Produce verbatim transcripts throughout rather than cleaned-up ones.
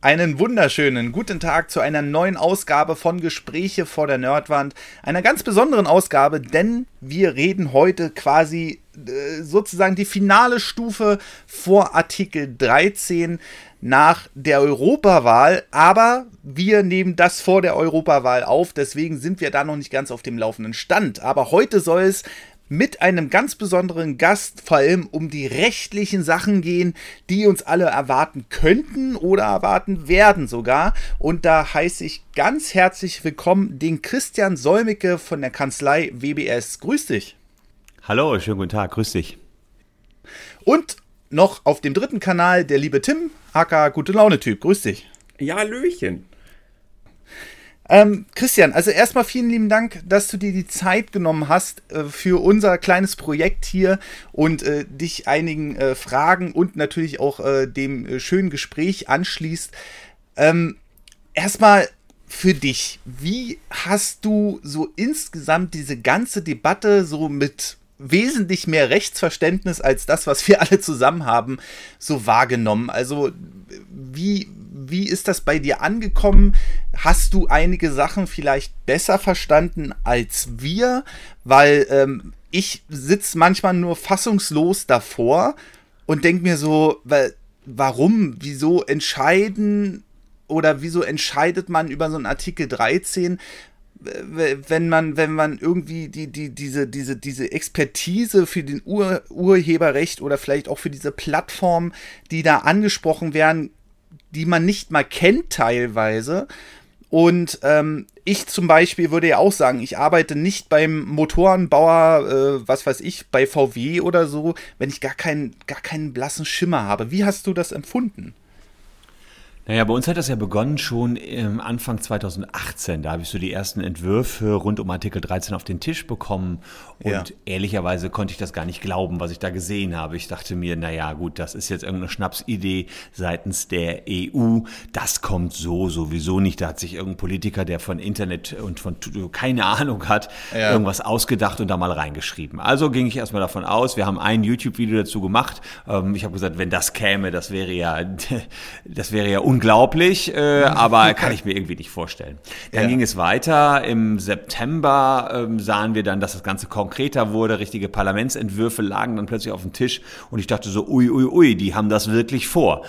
Einen wunderschönen guten Tag zu einer neuen Ausgabe von Gespräche vor der Nerdwand. Einer ganz besonderen Ausgabe, denn wir reden heute quasi äh, sozusagen die finale Stufe vor Artikel dreizehn nach der Europawahl. Aber wir nehmen das vor der Europawahl auf, deswegen sind wir da noch nicht ganz auf dem laufenden Stand. Aber heute soll es mit einem ganz besonderen Gast vor allem um die rechtlichen Sachen gehen, die uns alle erwarten könnten oder erwarten werden sogar. Und da heiße ich ganz herzlich willkommen den Christian Solmecke von der Kanzlei W B S. Grüß dich. Hallo, schönen guten Tag, grüß dich. Und noch auf dem dritten Kanal der liebe Tim, aka Gute-Laune-Typ. Grüß dich. Ja, Hallöchen. Ähm, Christian, also erstmal vielen lieben Dank, dass du dir die Zeit genommen hast äh, für unser kleines Projekt hier und äh, dich einigen äh, Fragen und natürlich auch äh, dem äh, schönen Gespräch anschließt. Ähm, erstmal für dich, wie hast du so insgesamt diese ganze Debatte so mit wesentlich mehr Rechtsverständnis als das, was wir alle zusammen haben, so wahrgenommen? Also wie, wie ist das bei dir angekommen? Hast du einige Sachen vielleicht besser verstanden als wir? Weil ähm, ich sitze manchmal nur fassungslos davor und denke mir so, weil, warum, wieso entscheiden oder wieso entscheidet man über so einen Artikel dreizehn, wenn man, wenn man irgendwie die, die, diese, diese, diese Expertise für den Ur, Urheberrecht oder vielleicht auch für diese Plattform, die da angesprochen werden, die man nicht mal kennt teilweise. Und ähm, ich zum Beispiel würde ja auch sagen, ich arbeite nicht beim Motorenbauer, äh, was weiß ich, bei V W oder so, wenn ich gar keinen, gar keinen blassen Schimmer habe. Wie hast du das empfunden? Naja, bei uns hat das ja begonnen schon im Anfang zweitausendachtzehn. Da habe ich so die ersten Entwürfe rund um Artikel dreizehn auf den Tisch bekommen. Und ja. Ehrlicherweise konnte ich das gar nicht glauben, was ich da gesehen habe. Ich dachte mir, naja gut, das ist jetzt irgendeine Schnapsidee seitens der E U. Das kommt so sowieso nicht. Da hat sich irgendein Politiker, der von Internet und von keine Ahnung hat, ja. irgendwas ausgedacht und da mal reingeschrieben. Also ging ich erstmal davon aus. Wir haben ein YouTube-Video dazu gemacht. Ich habe gesagt, wenn das käme, das wäre ja, das wäre ja unglaublich, äh, aber kann ich mir irgendwie nicht vorstellen. Dann ja. ging es weiter. Im September ähm, sahen wir dann, dass das Ganze konkreter wurde. Richtige Parlamentsentwürfe lagen dann plötzlich auf dem Tisch und ich dachte so, ui, ui, ui, die haben das wirklich vor.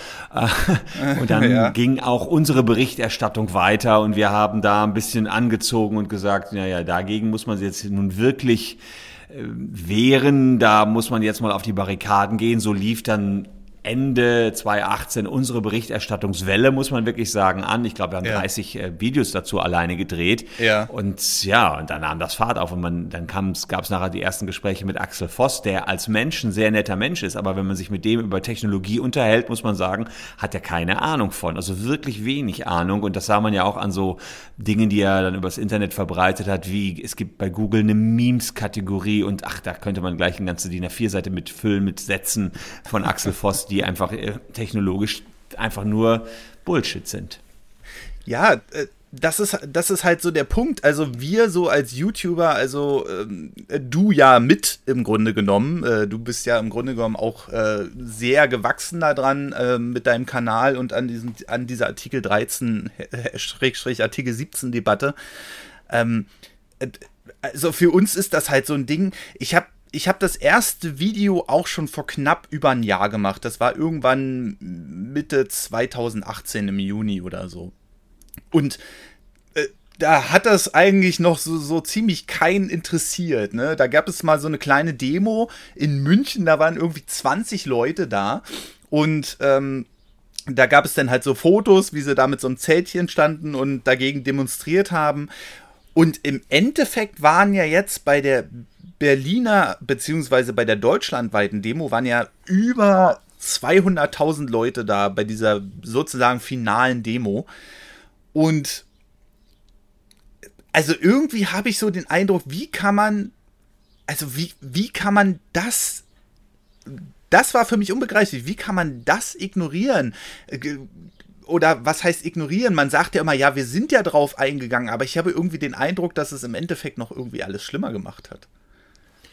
Äh, und dann ja. ging auch unsere Berichterstattung weiter und wir haben da ein bisschen angezogen und gesagt, naja, dagegen muss man jetzt nun wirklich äh, wehren. Da muss man jetzt mal auf die Barrikaden gehen. So lief dann Ende zweitausendachtzehn unsere Berichterstattungswelle, muss man wirklich sagen, an. Ich glaube, wir haben ja. dreißig äh, Videos dazu alleine gedreht. Ja. Und ja, und dann nahm das Fahrt auf und man, dann gab es nachher die ersten Gespräche mit Axel Voss, der als Mensch ein sehr netter Mensch ist, aber wenn man sich mit dem über Technologie unterhält, muss man sagen, hat er keine Ahnung von, also wirklich wenig Ahnung. Und das sah man ja auch an so Dingen, die er dann übers Internet verbreitet hat, wie es gibt bei Google eine Memes-Kategorie und ach, da könnte man gleich eine ganze D I N A vier Seite mitfüllen mit Sätzen von Axel Voss, die einfach äh, technologisch einfach nur Bullshit sind. Ja, äh, das ist, das ist halt so der Punkt. Also wir so als YouTuber, also ähm, du ja mit im Grunde genommen, äh, du bist ja im Grunde genommen auch äh, sehr gewachsen daran äh, mit deinem Kanal und an, diesem, an dieser Artikel dreizehn Artikel siebzehn Debatte. Ähm, äh, also für uns ist das halt so ein Ding. Ich habe Ich habe das erste Video auch schon vor knapp über ein Jahr gemacht. Das war irgendwann Mitte zweitausendachtzehn im Juni oder so. Und äh, da hat das eigentlich noch so, so ziemlich keinen interessiert, ne? Da gab es mal so eine kleine Demo in München, da waren irgendwie zwanzig Leute da. Und ähm, da gab es dann halt so Fotos, wie sie da mit so einem Zeltchen standen und dagegen demonstriert haben. Und im Endeffekt waren ja jetzt bei der Berliner, beziehungsweise bei der deutschlandweiten Demo waren ja über zweihunderttausend Leute da bei dieser sozusagen finalen Demo. Und also irgendwie habe ich so den Eindruck, wie kann man, also wie, wie kann man das, das war für mich unbegreiflich, wie kann man das ignorieren? Oder was heißt ignorieren? Man sagt ja immer, ja, wir sind ja drauf eingegangen, aber ich habe irgendwie den Eindruck, dass es im Endeffekt noch irgendwie alles schlimmer gemacht hat.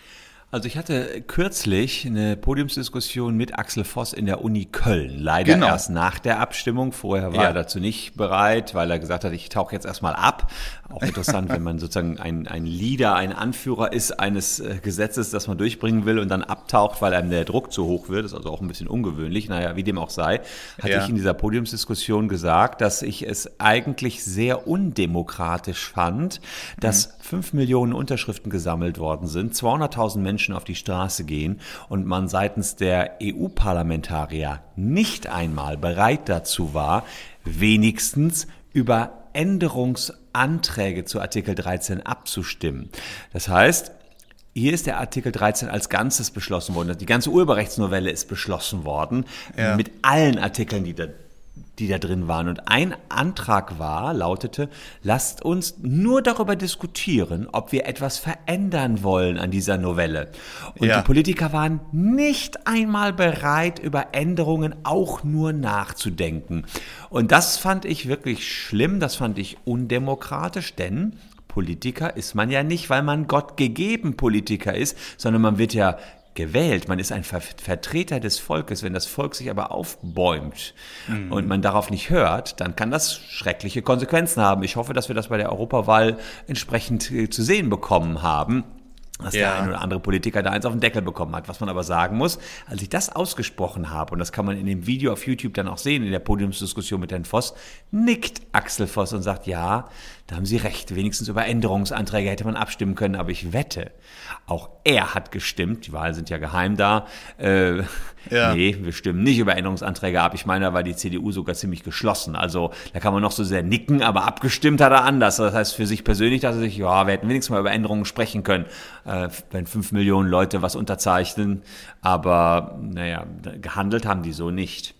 Also ich hatte kürzlich eine Podiumsdiskussion mit Axel Voss in der Uni Köln. Leider genau. erst nach der Abstimmung. Vorher war ja. er dazu nicht bereit, weil er gesagt hat, ich tauche jetzt erstmal ab. Auch interessant, wenn man sozusagen ein, ein Leader, ein Anführer ist eines Gesetzes, das man durchbringen will und dann abtaucht, weil einem der Druck zu hoch wird. Das ist also auch ein bisschen ungewöhnlich. Naja, wie dem auch sei, hatte ja. ich in dieser Podiumsdiskussion gesagt, dass ich es eigentlich sehr undemokratisch fand, dass mhm. fünf Millionen Unterschriften gesammelt worden sind, zweihunderttausend Menschen auf die Straße gehen und man seitens der E U-Parlamentarier nicht einmal bereit dazu war, wenigstens über Änderungsanträge zu Artikel dreizehn abzustimmen. Das heißt, hier ist der Artikel dreizehn als Ganzes beschlossen worden. Die ganze Urheberrechtsnovelle ist beschlossen worden, ja. mit allen Artikeln, die da die da drin waren. Und ein Antrag war, lautete, lasst uns nur darüber diskutieren, ob wir etwas verändern wollen an dieser Novelle. Und ja. die Politiker waren nicht einmal bereit, über Änderungen auch nur nachzudenken. Und das fand ich wirklich schlimm, das fand ich undemokratisch, denn Politiker ist man ja nicht, weil man Gott gegeben Politiker ist, sondern man wird ja gewählt, man ist ein Ver- Vertreter des Volkes. Wenn das Volk sich aber aufbäumt mhm. und man darauf nicht hört, dann kann das schreckliche Konsequenzen haben. Ich hoffe, dass wir das bei der Europawahl entsprechend äh, zu sehen bekommen haben, dass ja. der ein oder andere Politiker da eins auf den Deckel bekommen hat. Was man aber sagen muss, als ich das ausgesprochen habe, und das kann man in dem Video auf YouTube dann auch sehen, in der Podiumsdiskussion mit Herrn Voss, nickt Axel Voss und sagt, ja, da haben Sie recht, wenigstens über Änderungsanträge hätte man abstimmen können, aber ich wette, auch er hat gestimmt, die Wahlen sind ja geheim da, äh, ja. nee, wir stimmen nicht über Änderungsanträge ab, ich meine, da war die C D U sogar ziemlich geschlossen, also da kann man noch so sehr nicken, aber abgestimmt hat er anders, das heißt für sich persönlich dachte er sich, ja, wir hätten wenigstens mal über Änderungen sprechen können, äh, wenn fünf Millionen Leute was unterzeichnen, aber naja, gehandelt haben die so nicht.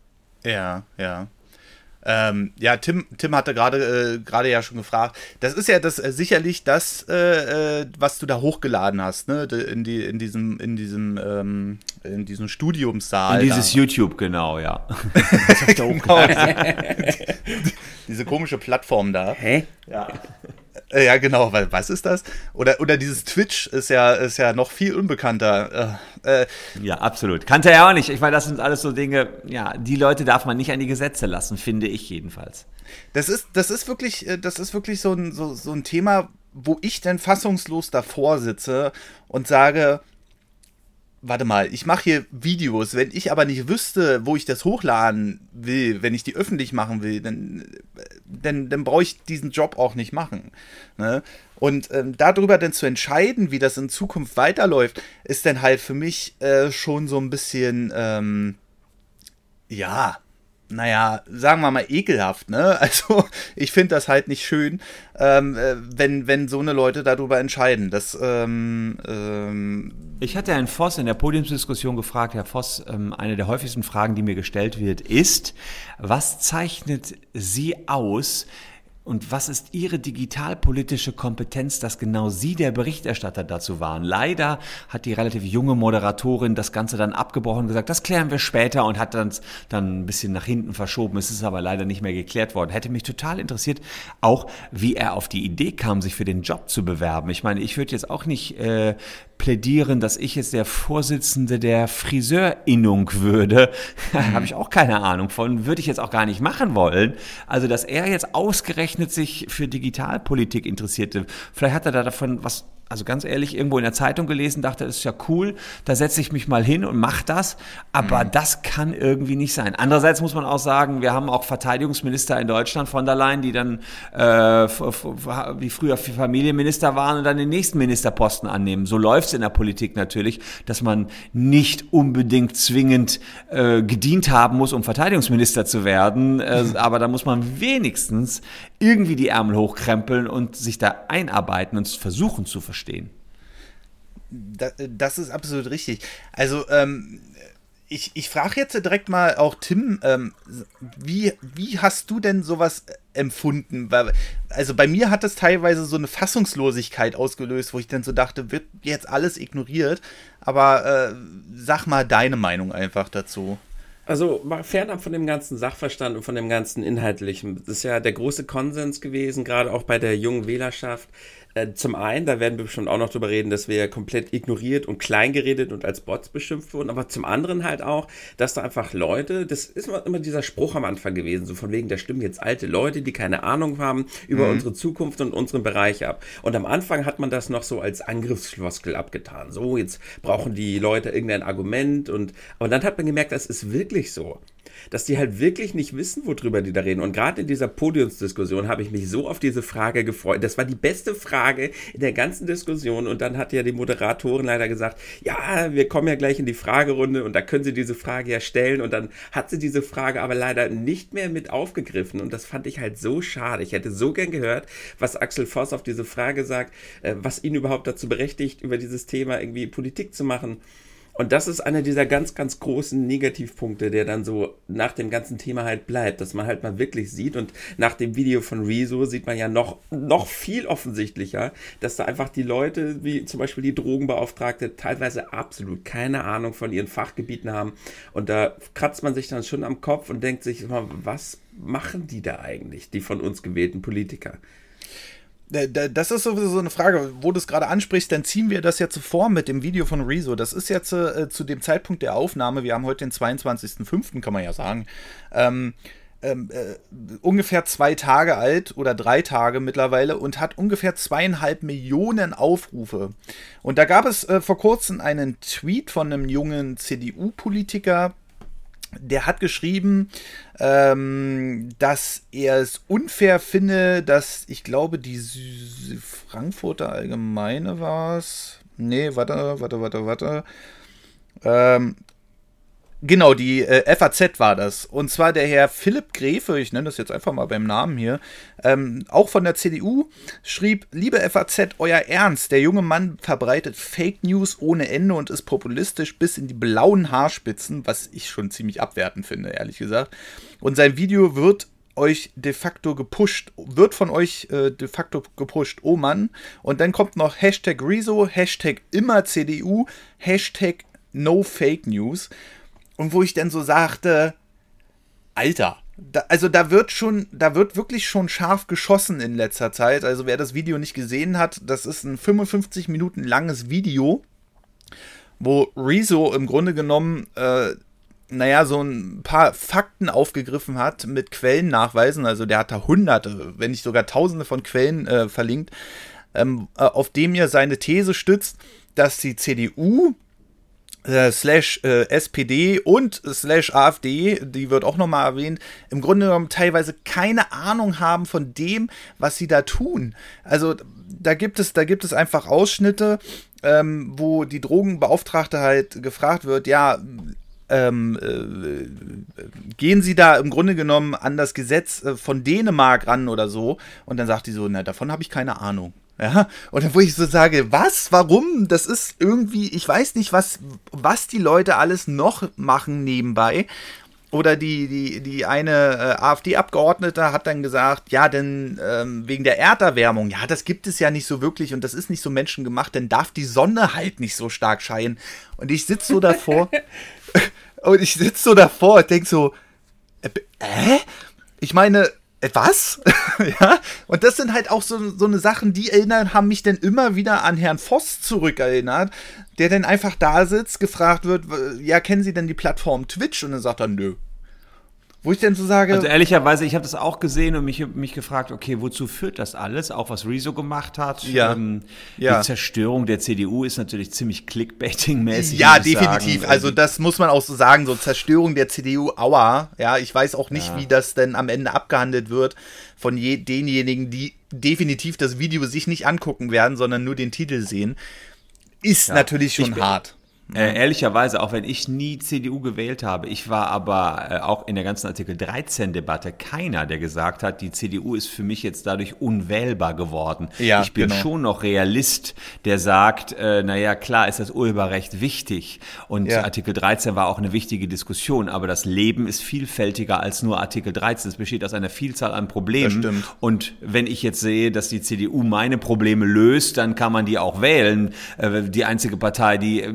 Ja, ja. Ähm, ja, Tim, Tim hatte gerade äh, gerade ja schon gefragt. Das ist ja das äh, sicherlich das, äh, was du da hochgeladen hast, ne? In die in diesem in diesem ähm, in diesem Studiumssaal. In dieses da. YouTube, genau, ja. Das hab ich da hochgeladen. Diese komische Plattform da. Hä? Ja. Ja, genau, weil was ist das? Oder, oder dieses Twitch ist ja, ist ja noch viel unbekannter. Äh, ja, absolut. Kannte er auch nicht. Ich meine, das sind alles so Dinge, ja, die Leute darf man nicht an die Gesetze lassen, finde ich jedenfalls. Das ist, das ist wirklich, das ist wirklich so ein, so, so ein Thema, wo ich dann fassungslos davor sitze und sage, warte mal, ich mache hier Videos, wenn ich aber nicht wüsste, wo ich das hochladen will, wenn ich die öffentlich machen will, dann, dann, dann brauche ich diesen Job auch nicht machen. Ne? Und ähm, darüber dann zu entscheiden, wie das in Zukunft weiterläuft, ist dann halt für mich äh, schon so ein bisschen, ähm, ja, naja, sagen wir mal ekelhaft, ne? Also ich finde das halt nicht schön, ähm, wenn, wenn so eine Leute darüber entscheiden. Das, ähm, ähm ich hatte Herrn Voss in der Podiumsdiskussion gefragt, Herr Voss, ähm, eine der häufigsten Fragen, die mir gestellt wird, ist, was zeichnet Sie aus, und was ist Ihre digitalpolitische Kompetenz, dass genau Sie der Berichterstatter dazu waren? Leider hat die relativ junge Moderatorin das Ganze dann abgebrochen und gesagt, das klären wir später, und hat dann, dann ein bisschen nach hinten verschoben. Es ist aber leider nicht mehr geklärt worden. Hätte mich total interessiert, auch wie er auf die Idee kam, sich für den Job zu bewerben. Ich meine, ich würde jetzt auch nicht äh, plädieren, dass ich jetzt der Vorsitzende der Friseurinnung würde. Mhm. Habe ich auch keine Ahnung von. Würde ich jetzt auch gar nicht machen wollen. Also, dass er jetzt ausgerechnet sich für Digitalpolitik interessierte. Vielleicht hat er da davon was, also ganz ehrlich, irgendwo in der Zeitung gelesen, dachte, das ist ja cool, da setze ich mich mal hin und mache das, aber mhm. das kann irgendwie nicht sein. Andererseits muss man auch sagen, wir haben auch Verteidigungsminister in Deutschland, von der Leyen, die dann äh, f- f- wie früher Familienminister waren und dann den nächsten Ministerposten annehmen. So läuft es in der Politik natürlich, dass man nicht unbedingt zwingend äh, gedient haben muss, um Verteidigungsminister zu werden, äh, aber da muss man wenigstens irgendwie die Ärmel hochkrempeln und sich da einarbeiten und versuchen zu verstehen. Das, das ist absolut richtig. Also, ähm, ich, ich frage jetzt direkt mal auch Tim, ähm, wie, wie hast du denn sowas empfunden? Weil, also bei mir hat das teilweise so eine Fassungslosigkeit ausgelöst, wo ich dann so dachte, wird jetzt alles ignoriert, aber äh, sag mal deine Meinung einfach dazu. Also fernab von dem ganzen Sachverstand und von dem ganzen Inhaltlichen, das ist ja der große Konsens gewesen, gerade auch bei der jungen Wählerschaft, Äh, zum einen, da werden wir bestimmt auch noch drüber reden, dass wir komplett ignoriert und klein geredet und als Bots beschimpft wurden, aber zum anderen halt auch, dass da einfach Leute, das ist immer, immer dieser Spruch am Anfang gewesen, so von wegen, da stimmen jetzt alte Leute, die keine Ahnung haben über mhm. unsere Zukunft und unseren Bereich ab. Und am Anfang hat man das noch so als Angriffsfloskel abgetan. So, jetzt brauchen die Leute irgendein Argument und, aber dann hat man gemerkt, das ist wirklich so. Dass die halt wirklich nicht wissen, worüber die da reden. Und gerade in dieser Podiumsdiskussion habe ich mich so auf diese Frage gefreut. Das war die beste Frage in der ganzen Diskussion. Und dann hat ja die Moderatorin leider gesagt, ja, wir kommen ja gleich in die Fragerunde und da können Sie diese Frage ja stellen. Und dann hat sie diese Frage aber leider nicht mehr mit aufgegriffen. Und das fand ich halt so schade. Ich hätte so gern gehört, was Axel Voss auf diese Frage sagt, was ihn überhaupt dazu berechtigt, über dieses Thema irgendwie Politik zu machen. Und das ist einer dieser ganz, ganz großen Negativpunkte, der dann so nach dem ganzen Thema halt bleibt, dass man halt mal wirklich sieht und nach dem Video von Rezo sieht man ja noch, noch viel offensichtlicher, dass da einfach die Leute, wie zum Beispiel die Drogenbeauftragte, teilweise absolut keine Ahnung von ihren Fachgebieten haben und da kratzt man sich dann schon am Kopf und denkt sich, was machen die da eigentlich, die von uns gewählten Politiker? Das ist sowieso so eine Frage, wo du es gerade ansprichst, dann ziehen wir das jetzt vor mit dem Video von Rezo. Das ist jetzt äh, zu dem Zeitpunkt der Aufnahme, wir haben heute den zweiundzwanzigsten fünften kann man ja sagen, ähm, ähm, äh, ungefähr zwei Tage alt oder drei Tage mittlerweile und hat ungefähr zweieinhalb Millionen Aufrufe. Und da gab es äh, vor kurzem einen Tweet von einem jungen C D U-Politiker, der hat geschrieben, ähm, dass er es unfair finde, dass, ich glaube, die Sü- Frankfurter Allgemeine war es. Nee, warte, warte, warte, warte. Ähm, genau, die äh, F A Z war das. Und zwar der Herr Philipp Gräfe, ich nenne das jetzt einfach mal beim Namen hier, ähm, auch von der C D U, schrieb, liebe F A Z, euer Ernst, der junge Mann verbreitet Fake News ohne Ende und ist populistisch bis in die blauen Haarspitzen, was ich schon ziemlich abwertend finde, ehrlich gesagt. Und sein Video wird euch de facto gepusht, wird von euch äh, de facto gepusht, oh Mann. Und dann kommt noch Hashtag Rezo, Hashtag immer C D U, Hashtag No Fake News. Und wo ich dann so sagte, Alter, da, also da wird schon, da wird wirklich schon scharf geschossen in letzter Zeit. Also wer das Video nicht gesehen hat, das ist ein fünfundfünfzig Minuten langes Video, wo Rezo im Grunde genommen, äh, naja, so ein paar Fakten aufgegriffen hat mit Quellennachweisen. Also der hat da hunderte, wenn nicht sogar tausende von Quellen äh, verlinkt, ähm, äh, auf dem er seine These stützt, dass die C D U Äh, slash äh, S P D und slash A F D, die wird auch nochmal erwähnt, im Grunde genommen teilweise keine Ahnung haben von dem, was sie da tun. Also da gibt es, da gibt es einfach Ausschnitte, ähm, wo die Drogenbeauftragte halt gefragt wird, ja, ähm, äh, gehen Sie da im Grunde genommen an das Gesetz äh, von Dänemark ran oder so? Und dann sagt die so, na, davon habe ich keine Ahnung. Ja, und dann, wo ich so sage, was, warum, das ist irgendwie, ich weiß nicht, was, was die Leute alles noch machen nebenbei. Oder die, die, die eine äh, A F D-Abgeordnete hat dann gesagt, ja, denn ähm, wegen der Erderwärmung, ja, das gibt es ja nicht so wirklich und das ist nicht so menschengemacht, denn darf die Sonne halt nicht so stark scheinen. Und ich sitze so davor, und ich sitze so davor und denke so, äh, äh? Ich meine, was? Ja, und das sind halt auch so, so eine Sachen, die erinnern, haben mich dann immer wieder an Herrn Voss zurückerinnert, der dann einfach da sitzt, gefragt wird, ja, kennen Sie denn die Plattform Twitch? Und dann sagt er, nö. Wo ich dann so sage... Also ehrlicherweise, ich habe das auch gesehen und mich, mich gefragt, okay, wozu führt das alles? Auch was Rezo gemacht hat. Ja. Ähm, ja. Die Zerstörung der C D U ist natürlich ziemlich Clickbaiting-mäßig. Ja, definitiv. Sagen. Also das muss man auch so sagen, so Zerstörung der C D U, aua. Ja, ich weiß auch nicht, ja. wie das denn am Ende abgehandelt wird von je, denjenigen, die definitiv das Video sich nicht angucken werden, sondern nur den Titel sehen. Ist ja. natürlich schon ich, hart. Äh, ehrlicherweise, auch wenn ich nie C D U gewählt habe, ich war aber äh, auch in der ganzen Artikel dreizehn Debatte keiner, der gesagt hat, die C D U ist für mich jetzt dadurch unwählbar geworden. Ja, ich bin genau. schon noch Realist, der sagt, äh, naja, klar ist das Urheberrecht wichtig und ja. Artikel dreizehn war auch eine wichtige Diskussion, aber das Leben ist vielfältiger als nur Artikel dreizehn. Es besteht aus einer Vielzahl an Problemen. Das stimmt. Und wenn ich jetzt sehe, dass die C D U meine Probleme löst, dann kann man die auch wählen. Äh, die einzige Partei, die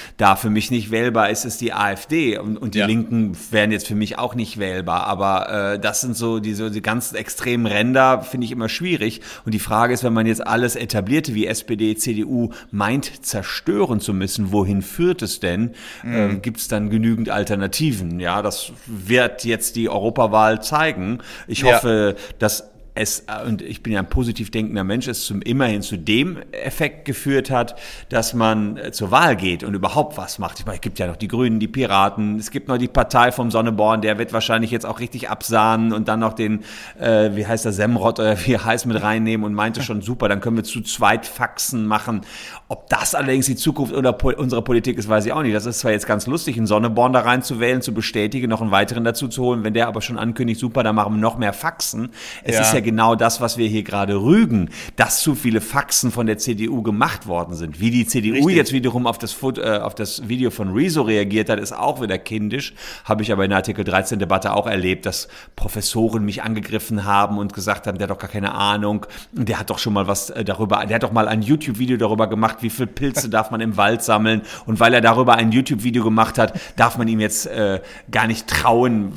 da für mich nicht wählbar ist, ist die AfD und, und die ja. Linken wären jetzt für mich auch nicht wählbar, aber äh, das sind so diese die ganzen extremen Ränder, finde ich immer schwierig und die Frage ist, wenn man jetzt alles Etablierte wie S P D, C D U meint, zerstören zu müssen, wohin führt es denn? Mhm. Ähm, gibt es dann genügend Alternativen? Ja, das wird jetzt die Europawahl zeigen. Ich ja. hoffe, dass es, und ich bin ja ein positiv denkender Mensch, es zum, immerhin zu dem Effekt geführt hat, dass man zur Wahl geht und überhaupt was macht. Ich meine, es gibt ja noch die Grünen, die Piraten, es gibt noch die Partei vom Sonneborn, der wird wahrscheinlich jetzt auch richtig absahnen und dann noch den, äh, wie heißt der, Semrott oder wie er heißt, mit reinnehmen und meinte schon, super, dann können wir zu zweit Faxen machen. Ob das allerdings die Zukunft oder unserer Politik ist, weiß ich auch nicht. Das ist zwar jetzt ganz lustig, einen Sonneborn da reinzuwählen, zu bestätigen, noch einen weiteren dazu zu holen, wenn der aber schon ankündigt, super, dann machen wir noch mehr Faxen. Es ja. ist ja genau das, was wir hier gerade rügen, dass zu viele Faxen von der C D U gemacht worden sind. Wie die C D U Richtig. Jetzt wiederum auf das, Foto, äh, auf das Video von Rezo reagiert hat, ist auch wieder kindisch. Habe ich aber in der Artikel dreizehn Debatte auch erlebt, dass Professoren mich angegriffen haben und gesagt haben, der hat doch gar keine Ahnung. Der hat doch schon mal was darüber, der hat doch mal ein YouTube-Video darüber gemacht, wie viele Pilze darf man im Wald sammeln. Und weil er darüber ein YouTube-Video gemacht hat, darf man ihm jetzt äh, gar nicht trauen,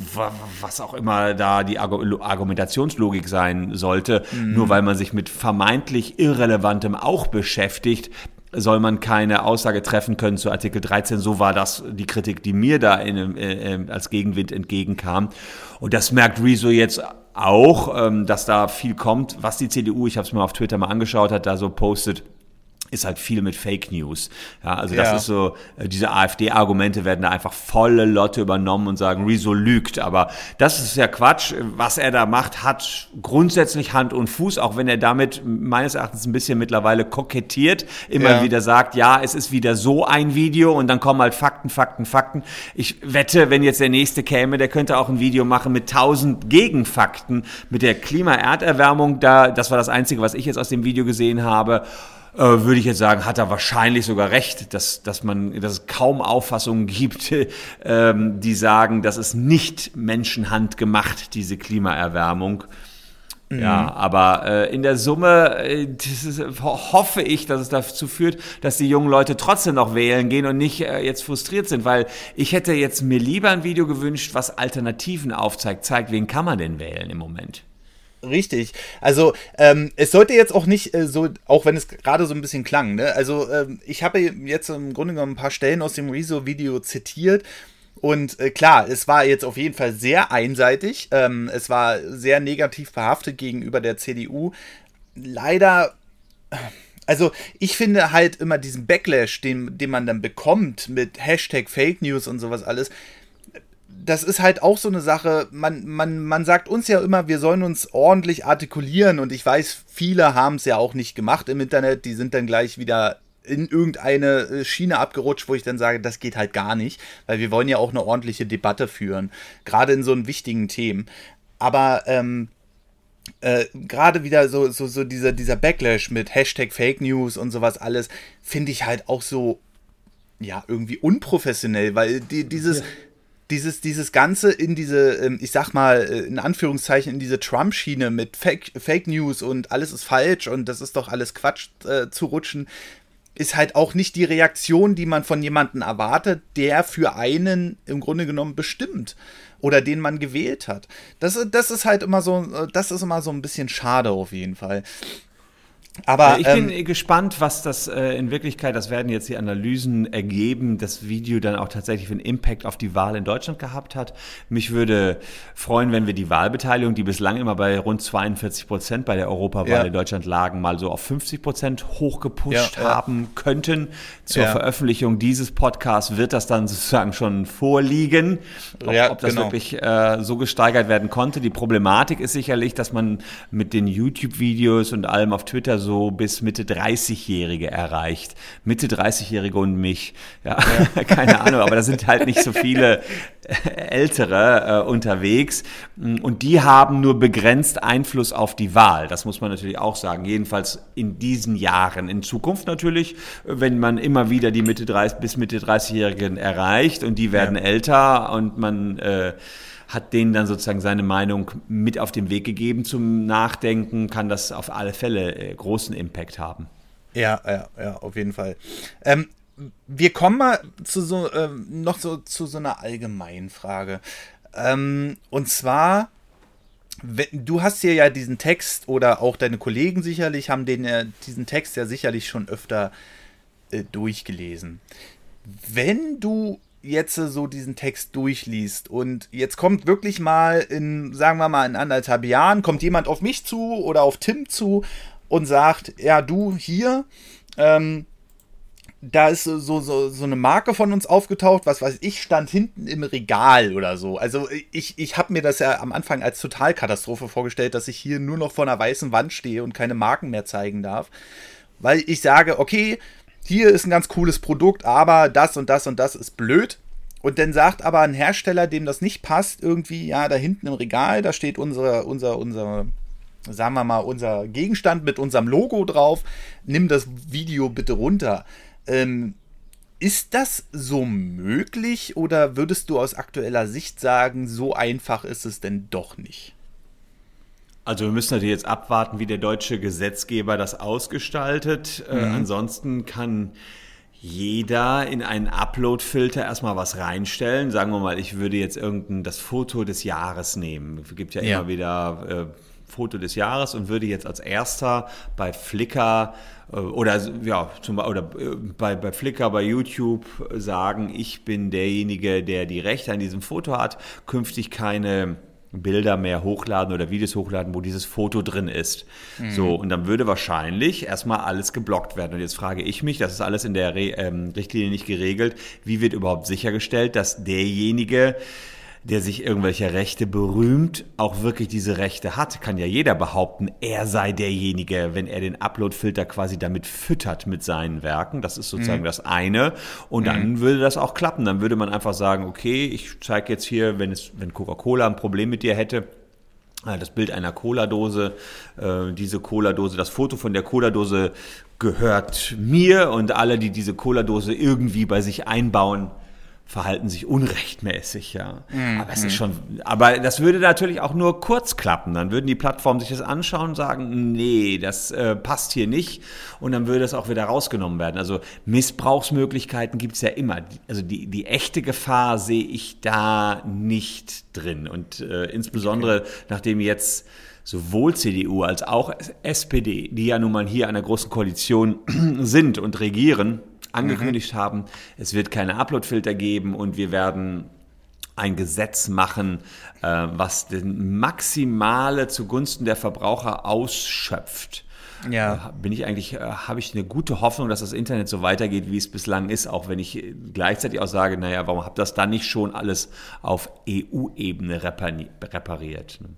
was auch immer da die Argumentationslogik sein sollte, mhm. nur weil man sich mit vermeintlich Irrelevantem auch beschäftigt, soll man keine Aussage treffen können zu Artikel dreizehn. So war das die Kritik, die mir da in, äh, als Gegenwind entgegenkam. Und das merkt Rezo jetzt auch, ähm, dass da viel kommt, was die C D U, ich habe es mir auf Twitter mal angeschaut, hat da so postet, ist halt viel mit Fake News. Ja, also das ja. ist so, diese AfD-Argumente werden da einfach volle Lotte übernommen und sagen, Rezo lügt. Aber das ist ja Quatsch. Was er da macht, hat grundsätzlich Hand und Fuß, auch wenn er damit meines Erachtens ein bisschen mittlerweile kokettiert, immer ja. wieder sagt, ja, es ist wieder so ein Video und dann kommen halt Fakten, Fakten, Fakten. Ich wette, wenn jetzt der Nächste käme, der könnte auch ein Video machen mit tausend Gegenfakten. Mit der Klima-Erderwärmung, da, das war das Einzige, was ich jetzt aus dem Video gesehen habe, würde ich jetzt sagen, hat er wahrscheinlich sogar recht, dass, dass man, dass es kaum Auffassungen gibt, ähm, die sagen, das ist nicht Menschenhand gemacht, diese Klimaerwärmung. Mhm. Ja, aber äh, in der Summe äh, das ist, hoffe ich, dass es dazu führt, dass die jungen Leute trotzdem noch wählen gehen und nicht äh, jetzt frustriert sind, weil ich hätte jetzt mir lieber ein Video gewünscht, was Alternativen aufzeigt, zeigt, wen kann man denn wählen im Moment. Richtig. Also ähm, es sollte jetzt auch nicht äh, so, auch wenn es gerade so ein bisschen klang, ne? Also ähm, ich habe jetzt im Grunde genommen ein paar Stellen aus dem Rezo-Video zitiert und äh, klar, es war jetzt auf jeden Fall sehr einseitig. Ähm, es war sehr negativ behaftet gegenüber der C D U. Leider, also ich finde halt immer diesen Backlash, den, den man dann bekommt mit Hashtag Fake News und sowas alles, das ist halt auch so eine Sache, man, man, man sagt uns ja immer, wir sollen uns ordentlich artikulieren und ich weiß, viele haben es ja auch nicht gemacht im Internet, die sind dann gleich wieder in irgendeine Schiene abgerutscht, wo ich dann sage, das geht halt gar nicht, weil wir wollen ja auch eine ordentliche Debatte führen, gerade in so einen wichtigen Themen. Aber ähm, äh, gerade wieder so, so, so dieser, dieser Backlash mit Hashtag Fake News und sowas alles, finde ich halt auch so, ja, irgendwie unprofessionell, weil die, dieses... Ja. Dieses, dieses Ganze in diese, ich sag mal, in Anführungszeichen, in diese Trump-Schiene mit Fake, Fake News und alles ist falsch und das ist doch alles Quatsch äh, zu rutschen, ist halt auch nicht die Reaktion, die man von jemandem erwartet, der für einen im Grunde genommen bestimmt oder den man gewählt hat. Das, das ist halt immer so, das ist immer so ein bisschen schade auf jeden Fall. Aber, ich bin ähm, gespannt, was das äh, in Wirklichkeit, das werden jetzt die Analysen ergeben, das Video dann auch tatsächlich für einen Impact auf die Wahl in Deutschland gehabt hat. Mich würde freuen, wenn wir die Wahlbeteiligung, die bislang immer bei rund zweiundvierzig Prozent bei der Europawahl ja. in Deutschland lagen, mal so auf fünfzig Prozent hochgepusht ja, ja. haben könnten. Zur ja. Veröffentlichung dieses Podcasts wird das dann sozusagen schon vorliegen, ob, ja, ob das genau. wirklich äh, so gesteigert werden konnte. Die Problematik ist sicherlich, dass man mit den YouTube-Videos und allem auf Twitter so bis Mitte dreißigjährige erreicht. Mitte dreißigjährige und mich. Ja, ja. Keine Ahnung, aber da sind halt nicht so viele Ältere äh, unterwegs. Und die haben nur begrenzt Einfluss auf die Wahl. Das muss man natürlich auch sagen. Jedenfalls in diesen Jahren. In Zukunft natürlich, wenn man immer wieder die Mitte dreißig bis Mitte dreißigjährigen erreicht und die werden ja. älter und man äh, hat denen dann sozusagen seine Meinung mit auf den Weg gegeben zum Nachdenken, kann das auf alle Fälle äh, großen Impact haben. Ja, ja, ja, auf jeden Fall. Ähm, wir kommen mal zu so, äh, noch so zu so einer allgemeinen Frage. Ähm, und zwar, wenn, du hast hier ja diesen Text oder auch deine Kollegen sicherlich haben den, äh, diesen Text ja sicherlich schon öfter äh, durchgelesen. Wenn du jetzt so diesen Text durchliest und jetzt kommt wirklich mal in, sagen wir mal, in anderthalb Jahren, kommt jemand auf mich zu oder auf Tim zu und sagt, ja, du hier, ähm, da ist so, so, so eine Marke von uns aufgetaucht, was weiß ich, stand hinten im Regal oder so. Also ich, ich habe mir das ja am Anfang als Totalkatastrophe vorgestellt, dass ich hier nur noch vor einer weißen Wand stehe und keine Marken mehr zeigen darf. Weil ich sage, okay, hier ist ein ganz cooles Produkt, aber das und das und das ist blöd. Und dann sagt aber ein Hersteller, dem das nicht passt, irgendwie, ja, da hinten im Regal, da steht unsere, unser, unser, sagen wir mal, unser Gegenstand mit unserem Logo drauf. Nimm das Video bitte runter. Ähm, ist das so möglich oder würdest du aus aktueller Sicht sagen, so einfach ist es denn doch nicht? Also wir müssen natürlich jetzt abwarten, wie der deutsche Gesetzgeber das ausgestaltet. Mhm. Äh, ansonsten kann jeder in einen Upload-Filter erstmal was reinstellen. Sagen wir mal, ich würde jetzt irgendein das Foto des Jahres nehmen. Es gibt ja, ja. immer wieder äh, Foto des Jahres und würde jetzt als erster bei Flickr äh, oder ja zum oder äh, bei bei Flickr, bei YouTube sagen, ich bin derjenige, der die Rechte an diesem Foto hat, künftig keine Bilder mehr hochladen oder Videos hochladen, wo dieses Foto drin ist. Mhm. So, und dann würde wahrscheinlich erstmal alles geblockt werden. Und jetzt frage ich mich, das ist alles in der Re- ähm, Richtlinie nicht geregelt, wie wird überhaupt sichergestellt, dass derjenige, der sich irgendwelche Rechte berühmt, auch wirklich diese Rechte hat. Kann ja jeder behaupten, er sei derjenige, wenn er den Upload-Filter quasi damit füttert mit seinen Werken. Das ist sozusagen mhm. das eine. Und dann mhm. würde das auch klappen. Dann würde man einfach sagen, okay, ich zeige jetzt hier, wenn es, wenn Coca-Cola ein Problem mit dir hätte, das Bild einer Cola-Dose, äh, diese Cola-Dose, das Foto von der Cola-Dose gehört mir und alle, die diese Cola-Dose irgendwie bei sich einbauen, verhalten sich unrechtmäßig, ja. Mm, aber es mm. ist schon, aber das würde natürlich auch nur kurz klappen. Dann würden die Plattformen sich das anschauen und sagen, nee, das äh, passt hier nicht. Und dann würde es auch wieder rausgenommen werden. Also Missbrauchsmöglichkeiten gibt es ja immer. Also die, die echte Gefahr sehe ich da nicht drin. Und äh, insbesondere, okay. nachdem jetzt sowohl C D U als auch S P D, die ja nun mal hier an der großen Koalition sind und regieren, angekündigt mhm. haben, es wird keine Upload-Filter geben und wir werden ein Gesetz machen, äh, was den Maximale zugunsten der Verbraucher ausschöpft. Ja. Äh, bin ich eigentlich, äh, habe ich eine gute Hoffnung, dass das Internet so weitergeht, wie es bislang ist, auch wenn ich gleichzeitig auch sage, naja, warum habt ihr das dann nicht schon alles auf E U-Ebene repari- repariert? Ne?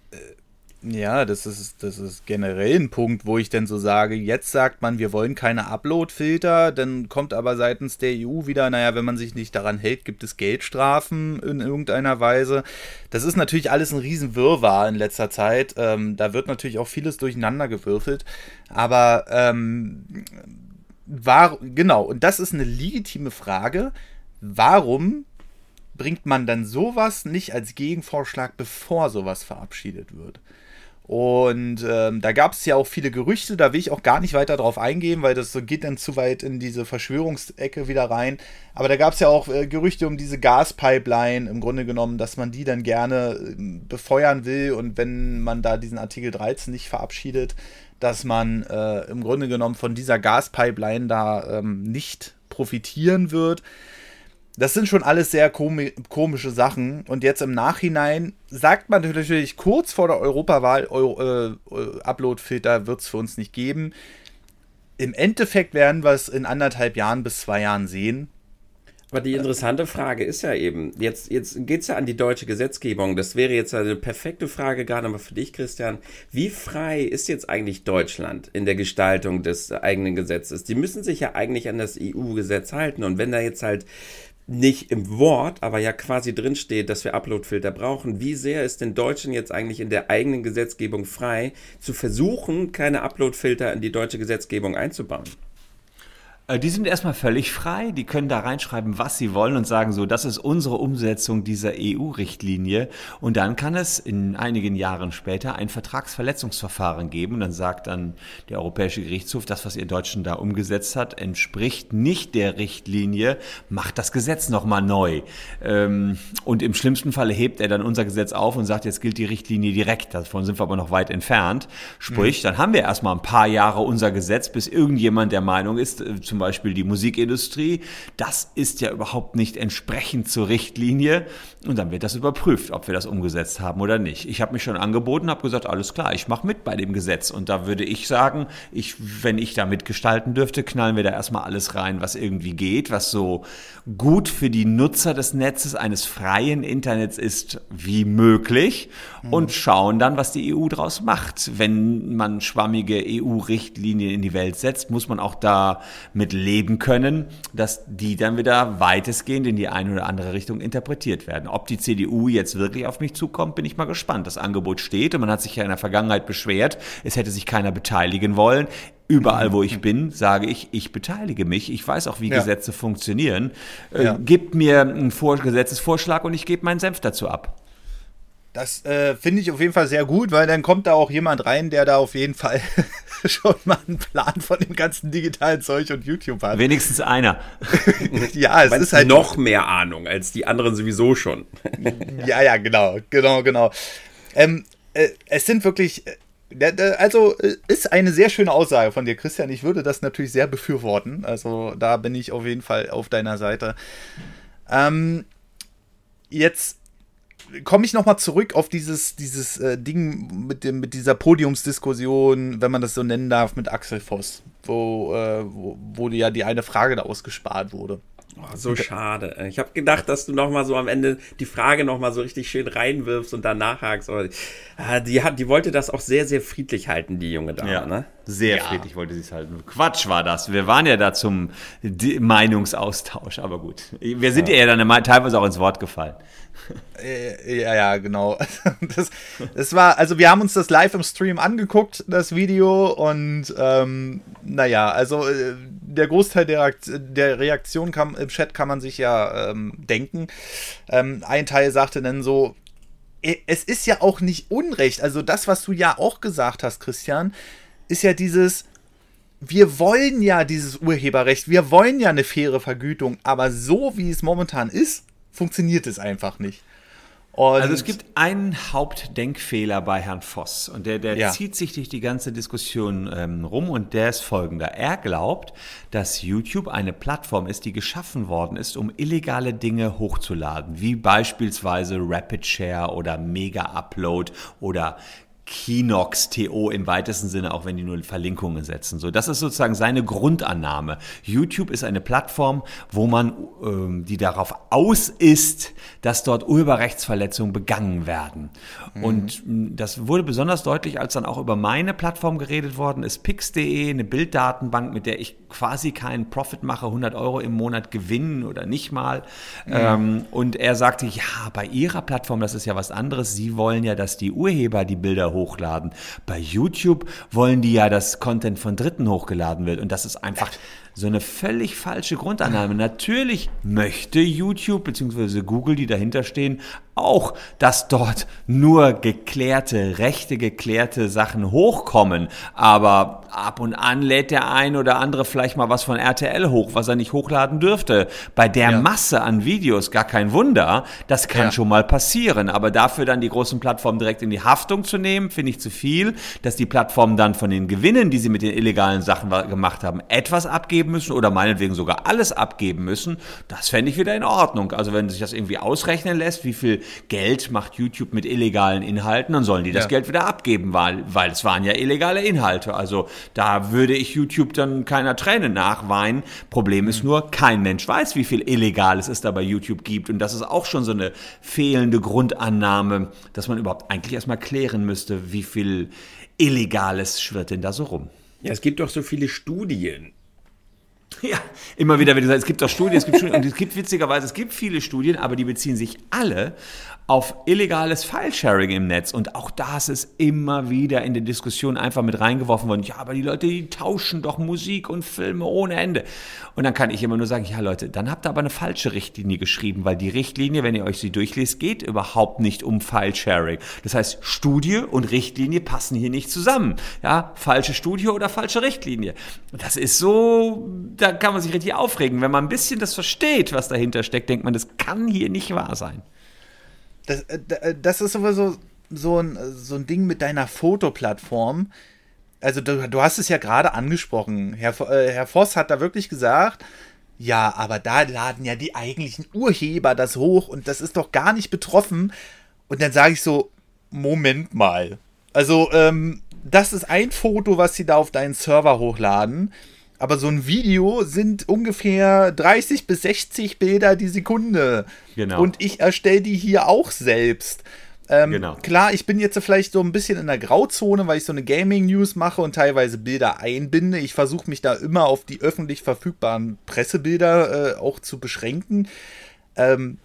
Ja, das ist, das ist generell ein Punkt, wo ich dann so sage, jetzt sagt man, wir wollen keine Upload-Filter, dann kommt aber seitens der E U wieder, naja, wenn man sich nicht daran hält, gibt es Geldstrafen in irgendeiner Weise. Das ist natürlich alles ein Riesenwirrwarr in letzter Zeit. Ähm, da wird natürlich auch vieles durcheinander gewürfelt, aber ähm, war, genau, und das ist eine legitime Frage, warum bringt man dann sowas nicht als Gegenvorschlag, bevor sowas verabschiedet wird? Und ähm, da gab es ja auch viele Gerüchte, da will ich auch gar nicht weiter drauf eingehen, weil das so geht dann zu weit in diese Verschwörungsecke wieder rein. Aber da gab es ja auch äh, Gerüchte um diese Gaspipeline, im Grunde genommen, dass man die dann gerne äh, befeuern will und wenn man da diesen Artikel dreizehn nicht verabschiedet, dass man äh, im Grunde genommen von dieser Gaspipeline da ähm, nicht profitieren wird. Das sind schon alles sehr komi- komische Sachen. Und jetzt im Nachhinein sagt man natürlich kurz vor der Europawahl, Euro, äh, Upload-Filter wird es für uns nicht geben. Im Endeffekt werden wir es in anderthalb Jahren bis zwei Jahren sehen. Aber die interessante Frage ist ja eben, jetzt, jetzt geht es ja an die deutsche Gesetzgebung. Das wäre jetzt eine perfekte Frage, gerade mal für dich, Christian. Wie frei ist jetzt eigentlich Deutschland in der Gestaltung des eigenen Gesetzes? Die müssen sich ja eigentlich an das E U-Gesetz halten. Und wenn da jetzt halt nicht im Wort, aber ja quasi drinsteht, dass wir Uploadfilter brauchen. Wie sehr ist denn Deutschland jetzt eigentlich in der eigenen Gesetzgebung frei, zu versuchen, keine Uploadfilter in die deutsche Gesetzgebung einzubauen? Die sind erstmal völlig frei, die können da reinschreiben, was sie wollen und sagen so, das ist unsere Umsetzung dieser E U-Richtlinie und dann kann es in einigen Jahren später ein Vertragsverletzungsverfahren geben und dann sagt dann der Europäische Gerichtshof, das, was ihr Deutschen da umgesetzt habt, entspricht nicht der Richtlinie, macht das Gesetz nochmal neu. Und im schlimmsten Fall hebt er dann unser Gesetz auf und sagt, jetzt gilt die Richtlinie direkt, davon sind wir aber noch weit entfernt. Sprich, mhm. dann haben wir erstmal ein paar Jahre unser Gesetz, bis irgendjemand der Meinung ist, zum Beispiel die Musikindustrie, das ist ja überhaupt nicht entsprechend zur Richtlinie und dann wird das überprüft, ob wir das umgesetzt haben oder nicht. Ich habe mich schon angeboten, habe gesagt, alles klar, ich mache mit bei dem Gesetz und da würde ich sagen, ich, wenn ich da mitgestalten dürfte, knallen wir da erstmal alles rein, was irgendwie geht, was so gut für die Nutzer des Netzes eines freien Internets ist wie möglich mhm. und schauen dann, was die E U draus macht. Wenn man schwammige E U-Richtlinien in die Welt setzt, muss man auch da mit leben können, dass die dann wieder weitestgehend in die eine oder andere Richtung interpretiert werden. Ob die C D U jetzt wirklich auf mich zukommt, bin ich mal gespannt. Das Angebot steht und man hat sich ja in der Vergangenheit beschwert, es hätte sich keiner beteiligen wollen. Überall, wo ich bin, sage ich, ich beteilige mich. Ich weiß auch, wie ja. Gesetze funktionieren. Äh, ja. Gebt mir einen Vor- Gesetzesvorschlag und ich gebe meinen Senf dazu ab. Das äh, finde ich auf jeden Fall sehr gut, weil dann kommt da auch jemand rein, der da auf jeden Fall schon mal einen Plan von dem ganzen digitalen Zeug und YouTube hat. Wenigstens einer. Ja, es ist halt noch mehr Ahnung als die anderen sowieso schon. Ja, ja, genau, genau, genau. Ähm, äh, es sind wirklich... Also ist eine sehr schöne Aussage von dir, Christian. Ich würde das natürlich sehr befürworten. Also da bin ich auf jeden Fall auf deiner Seite. Ähm, jetzt komme ich nochmal zurück auf dieses, dieses äh, Ding mit, dem, mit dieser Podiumsdiskussion, wenn man das so nennen darf, mit Axel Voss, wo, äh, wo, wo ja die eine Frage da ausgespart wurde. Oh, so schade. Ich habe gedacht, dass du noch mal so am Ende die Frage noch mal so richtig schön reinwirfst und dann nachhakst. Aber die, hat, die wollte das auch sehr, sehr friedlich halten, die junge Dame. Ja, ne? Sehr ja. friedlich wollte sie es halten. Quatsch war das. Wir waren ja da zum D- Meinungsaustausch, aber gut. Wir sind ja, ja dann teilweise auch ins Wort gefallen. Ja, ja, genau. Das, das war, also wir haben uns das live im Stream angeguckt, das Video, und ähm, naja, also der Großteil der, der Reaktion kam, im Chat kann man sich ja ähm, denken. Ähm, ein Teil sagte dann so, es ist ja auch nicht Unrecht, also das, was du ja auch gesagt hast, Christian, ist ja dieses, wir wollen ja dieses Urheberrecht, wir wollen ja eine faire Vergütung, aber so wie es momentan ist, funktioniert es einfach nicht. Und also es gibt einen Hauptdenkfehler bei Herrn Voss und der, der ja. zieht sich durch die ganze Diskussion ähm, rum und der ist folgender. Er glaubt, dass YouTube eine Plattform ist, die geschaffen worden ist, um illegale Dinge hochzuladen, wie beispielsweise Rapid Share oder Mega Upload oder Kinox T O im weitesten Sinne, auch wenn die nur Verlinkungen setzen. So, das ist sozusagen seine Grundannahme. YouTube ist eine Plattform, wo man, ähm, die darauf aus ist, dass dort Urheberrechtsverletzungen begangen werden. Mhm. Und das wurde besonders deutlich, als dann auch über meine Plattform geredet worden ist, pix punkt de, eine Bilddatenbank, mit der ich quasi keinen Profit mache, hundert Euro im Monat gewinnen oder nicht mal. Mhm. Ähm, und er sagte, ja, bei Ihrer Plattform, das ist ja was anderes. Sie wollen ja, dass die Urheber die Bilder hochladen. Bei YouTube wollen die ja, dass Content von Dritten hochgeladen wird. Und das ist einfach so eine völlig falsche Grundannahme. Natürlich möchte YouTube bzw. Google, die dahinter stehen, auch, dass dort nur geklärte, rechte geklärte Sachen hochkommen. Aber ab und an lädt der ein oder andere vielleicht mal was von R T L hoch, was er nicht hochladen dürfte. Bei der ja. Masse an Videos gar kein Wunder. Das kann ja. schon mal passieren. Aber dafür dann die großen Plattformen direkt in die Haftung zu nehmen, finde ich zu viel. Dass die Plattformen dann von den Gewinnen, die sie mit den illegalen Sachen gemacht haben, etwas abgeben müssen oder meinetwegen sogar alles abgeben müssen, das fände ich wieder in Ordnung. Also wenn sich das irgendwie ausrechnen lässt, wie viel Geld macht YouTube mit illegalen Inhalten, dann sollen die das ja. Geld wieder abgeben, weil, weil es waren ja illegale Inhalte. Also da würde ich YouTube dann keiner Träne nachweinen. Problem ist nur, kein Mensch weiß, wie viel Illegales es da bei YouTube gibt. Und das ist auch schon so eine fehlende Grundannahme, dass man überhaupt eigentlich erstmal klären müsste, wie viel Illegales schwirrt denn da so rum. Ja, es gibt doch so viele Studien. Ja, immer wieder wird gesagt, es gibt auch Studien, es gibt Studien, und es gibt witzigerweise, es gibt viele Studien, aber die beziehen sich alle auf illegales File-Sharing im Netz. Und auch das ist immer wieder in der Diskussion einfach mit reingeworfen worden. Ja, aber die Leute, die tauschen doch Musik und Filme ohne Ende. Und dann kann ich immer nur sagen, ja Leute, dann habt ihr aber eine falsche Richtlinie geschrieben, weil die Richtlinie, wenn ihr euch sie durchlest, geht überhaupt nicht um File-Sharing. Das heißt, Studie und Richtlinie passen hier nicht zusammen. Ja, falsche Studie oder falsche Richtlinie. Das ist so, da kann man sich richtig aufregen. Wenn man ein bisschen das versteht, was dahinter steckt, denkt man, das kann hier nicht wahr sein. Das, das ist sowieso so ein, so ein Ding mit deiner Fotoplattform. Also du, du hast es ja gerade angesprochen. Herr, äh, Herr Voss hat da wirklich gesagt, ja, aber da laden ja die eigentlichen Urheber das hoch und das ist doch gar nicht betroffen. Und dann sage ich so, Moment mal. Also ähm, das ist ein Foto, was sie da auf deinen Server hochladen. Aber so ein Video sind ungefähr dreißig bis sechzig Bilder die Sekunde. Genau. Und ich erstelle die hier auch selbst. Ähm, genau. Klar, ich bin jetzt vielleicht so ein bisschen in der Grauzone, weil ich so eine Gaming-News mache und teilweise Bilder einbinde. Ich versuche mich da immer auf die öffentlich verfügbaren Pressebilder äh, auch zu beschränken. Ähm,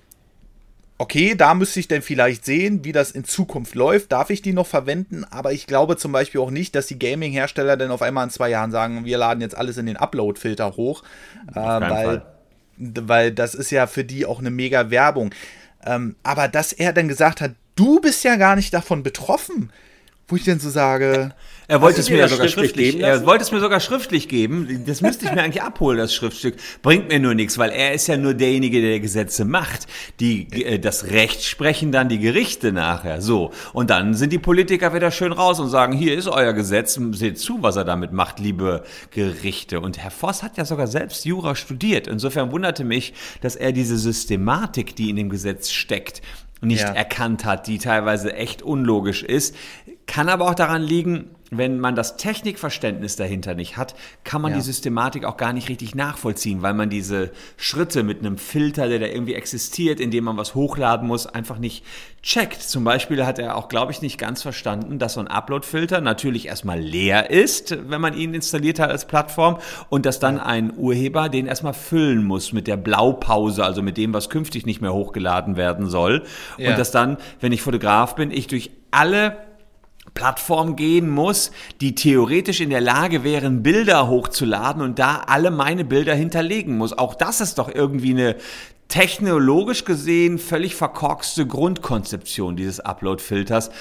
Okay, da müsste ich dann vielleicht sehen, wie das in Zukunft läuft. Darf ich die noch verwenden? Aber ich glaube zum Beispiel auch nicht, dass die Gaming-Hersteller dann auf einmal in zwei Jahren sagen, wir laden jetzt alles in den Upload-Filter hoch. Äh, weil, weil das ist ja für die auch eine mega Werbung. Ähm, aber dass er dann gesagt hat, du bist ja gar nicht davon betroffen, wo ich dann so sage... Er wollte es mir ja sogar schriftlich geben. Er wollte es mir sogar schriftlich geben. Das müsste ich mir eigentlich abholen, das Schriftstück. Bringt mir nur nichts, weil er ist ja nur derjenige, der Gesetze macht. Die, äh, das Recht sprechen dann die Gerichte nachher. So. Und dann sind die Politiker wieder schön raus und sagen, hier ist euer Gesetz, seht zu, was er damit macht, liebe Gerichte. Und Herr Voss hat ja sogar selbst Jura studiert. Insofern wunderte mich, dass er diese Systematik, die in dem Gesetz steckt, nicht ja. erkannt hat, die teilweise echt unlogisch ist. Kann aber auch daran liegen, wenn man das Technikverständnis dahinter nicht hat, kann man ja. die Systematik auch gar nicht richtig nachvollziehen, weil man diese Schritte mit einem Filter, der da irgendwie existiert, in dem man was hochladen muss, einfach nicht checkt. Zum Beispiel hat er auch, glaube ich, nicht ganz verstanden, dass so ein Upload-Filter natürlich erstmal leer ist, wenn man ihn installiert hat als Plattform und dass dann ein Urheber den erstmal füllen muss mit der Blaupause, also mit dem, was künftig nicht mehr hochgeladen werden soll. Ja. Und dass dann, wenn ich Fotograf bin, ich durch alle Plattform gehen muss, die theoretisch in der Lage wären, Bilder hochzuladen und da alle meine Bilder hinterlegen muss. Auch das ist doch irgendwie eine technologisch gesehen völlig verkorkste Grundkonzeption dieses Upload-Filters.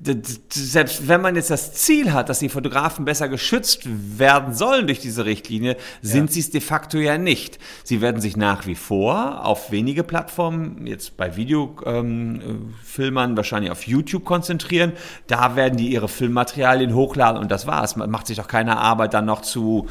Selbst wenn man jetzt das Ziel hat, dass die Fotografen besser geschützt werden sollen durch diese Richtlinie, sind ja. sie es de facto ja nicht. Sie werden sich nach wie vor auf wenige Plattformen, jetzt bei Videofilmern ähm, wahrscheinlich auf YouTube konzentrieren. Da werden die ihre Filmmaterialien hochladen und das war's. Man macht sich doch keine Arbeit dann noch zu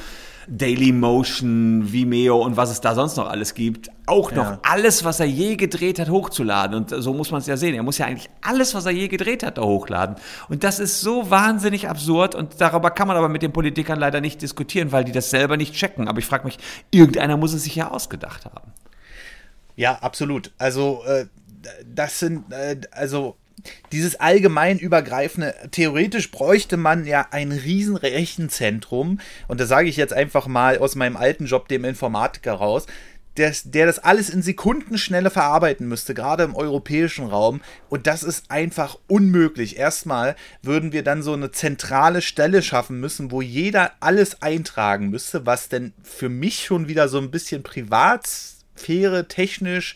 Dailymotion, Vimeo und was es da sonst noch alles gibt, auch noch ja. alles, was er je gedreht hat, hochzuladen. Und so muss man es ja sehen. Er muss ja eigentlich alles, was er je gedreht hat, da hochladen. Und das ist so wahnsinnig absurd und darüber kann man aber mit den Politikern leider nicht diskutieren, weil die das selber nicht checken. Aber ich frage mich, irgendeiner muss es sich ja ausgedacht haben. Ja, absolut. Also, äh, das sind, äh, also dieses allgemein übergreifende, theoretisch bräuchte man ja ein riesen Rechenzentrum, und das sage ich jetzt einfach mal aus meinem alten Job, dem Informatiker, raus, der, der das alles in Sekundenschnelle verarbeiten müsste, gerade im europäischen Raum, und das ist einfach unmöglich. Erstmal würden wir dann so eine zentrale Stelle schaffen müssen, wo jeder alles eintragen müsste, was denn für mich schon wieder so ein bisschen Privatsphäre technisch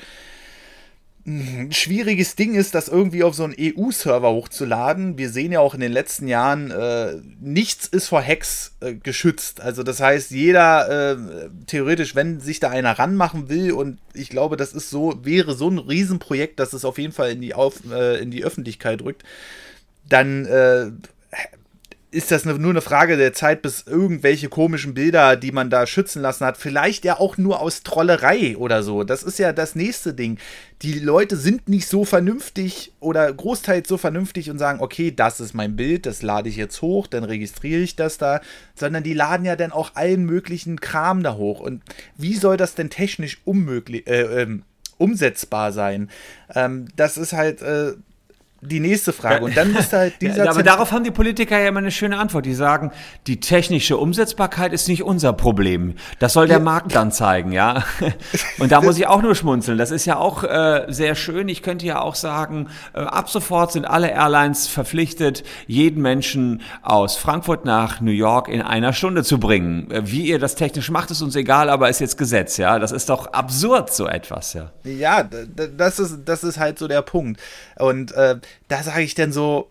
ein schwieriges Ding ist, das irgendwie auf so einen E U-Server hochzuladen. Wir sehen ja auch in den letzten Jahren, äh, nichts ist vor Hacks äh, geschützt. Also das heißt, jeder äh, theoretisch, wenn sich da einer ranmachen will, und ich glaube, das ist so, wäre so ein Riesenprojekt, dass es auf jeden Fall in die, auf, äh, in die Öffentlichkeit rückt, dann äh, ist das nur eine Frage der Zeit, bis irgendwelche komischen Bilder, die man da schützen lassen hat, vielleicht ja auch nur aus Trollerei oder so. Das ist ja das nächste Ding. Die Leute sind nicht so vernünftig oder großteils so vernünftig und sagen, okay, das ist mein Bild, das lade ich jetzt hoch, dann registriere ich das da, sondern die laden ja dann auch allen möglichen Kram da hoch. Und wie soll das denn technisch unmöglich, äh, ähm, umsetzbar sein? Ähm, das ist halt... Äh, die nächste Frage. Und dann müsste halt dieser. Ja, aber darauf haben die Politiker ja immer eine schöne Antwort. Die sagen, die technische Umsetzbarkeit ist nicht unser Problem. Das soll der ja. Markt dann zeigen, ja. Und da muss ich auch nur schmunzeln. Das ist ja auch äh, sehr schön. Ich könnte ja auch sagen, äh, ab sofort sind alle Airlines verpflichtet, jeden Menschen aus Frankfurt nach New York in einer Stunde zu bringen. Äh, wie ihr das technisch macht, ist uns egal, aber ist jetzt Gesetz, ja. Das ist doch absurd, so etwas, ja. Ja, das ist, das ist halt so der Punkt. Und äh, da sage ich dann so,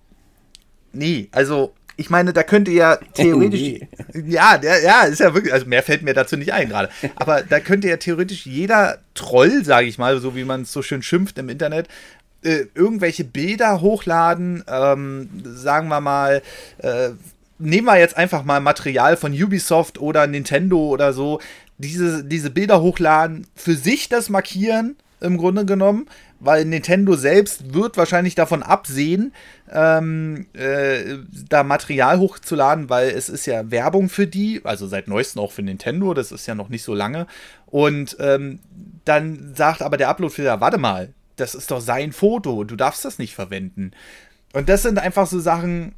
nee, also ich meine, da könnte ja theoretisch, nee. ja, der, ja, ist ja wirklich, also mehr fällt mir dazu nicht ein gerade, aber da könnte ja theoretisch jeder Troll, sage ich mal, so wie man es so schön schimpft im Internet, äh, irgendwelche Bilder hochladen, ähm, sagen wir mal, äh, nehmen wir jetzt einfach mal Material von Ubisoft oder Nintendo oder so, diese, diese Bilder hochladen, für sich das markieren, im Grunde genommen, weil Nintendo selbst wird wahrscheinlich davon absehen, ähm, äh, da Material hochzuladen, weil es ist ja Werbung für die, also seit neuestem auch für Nintendo, das ist ja noch nicht so lange. Und ähm, dann sagt aber der Uploadfilter, warte mal, das ist doch sein Foto, du darfst das nicht verwenden. Und das sind einfach so Sachen,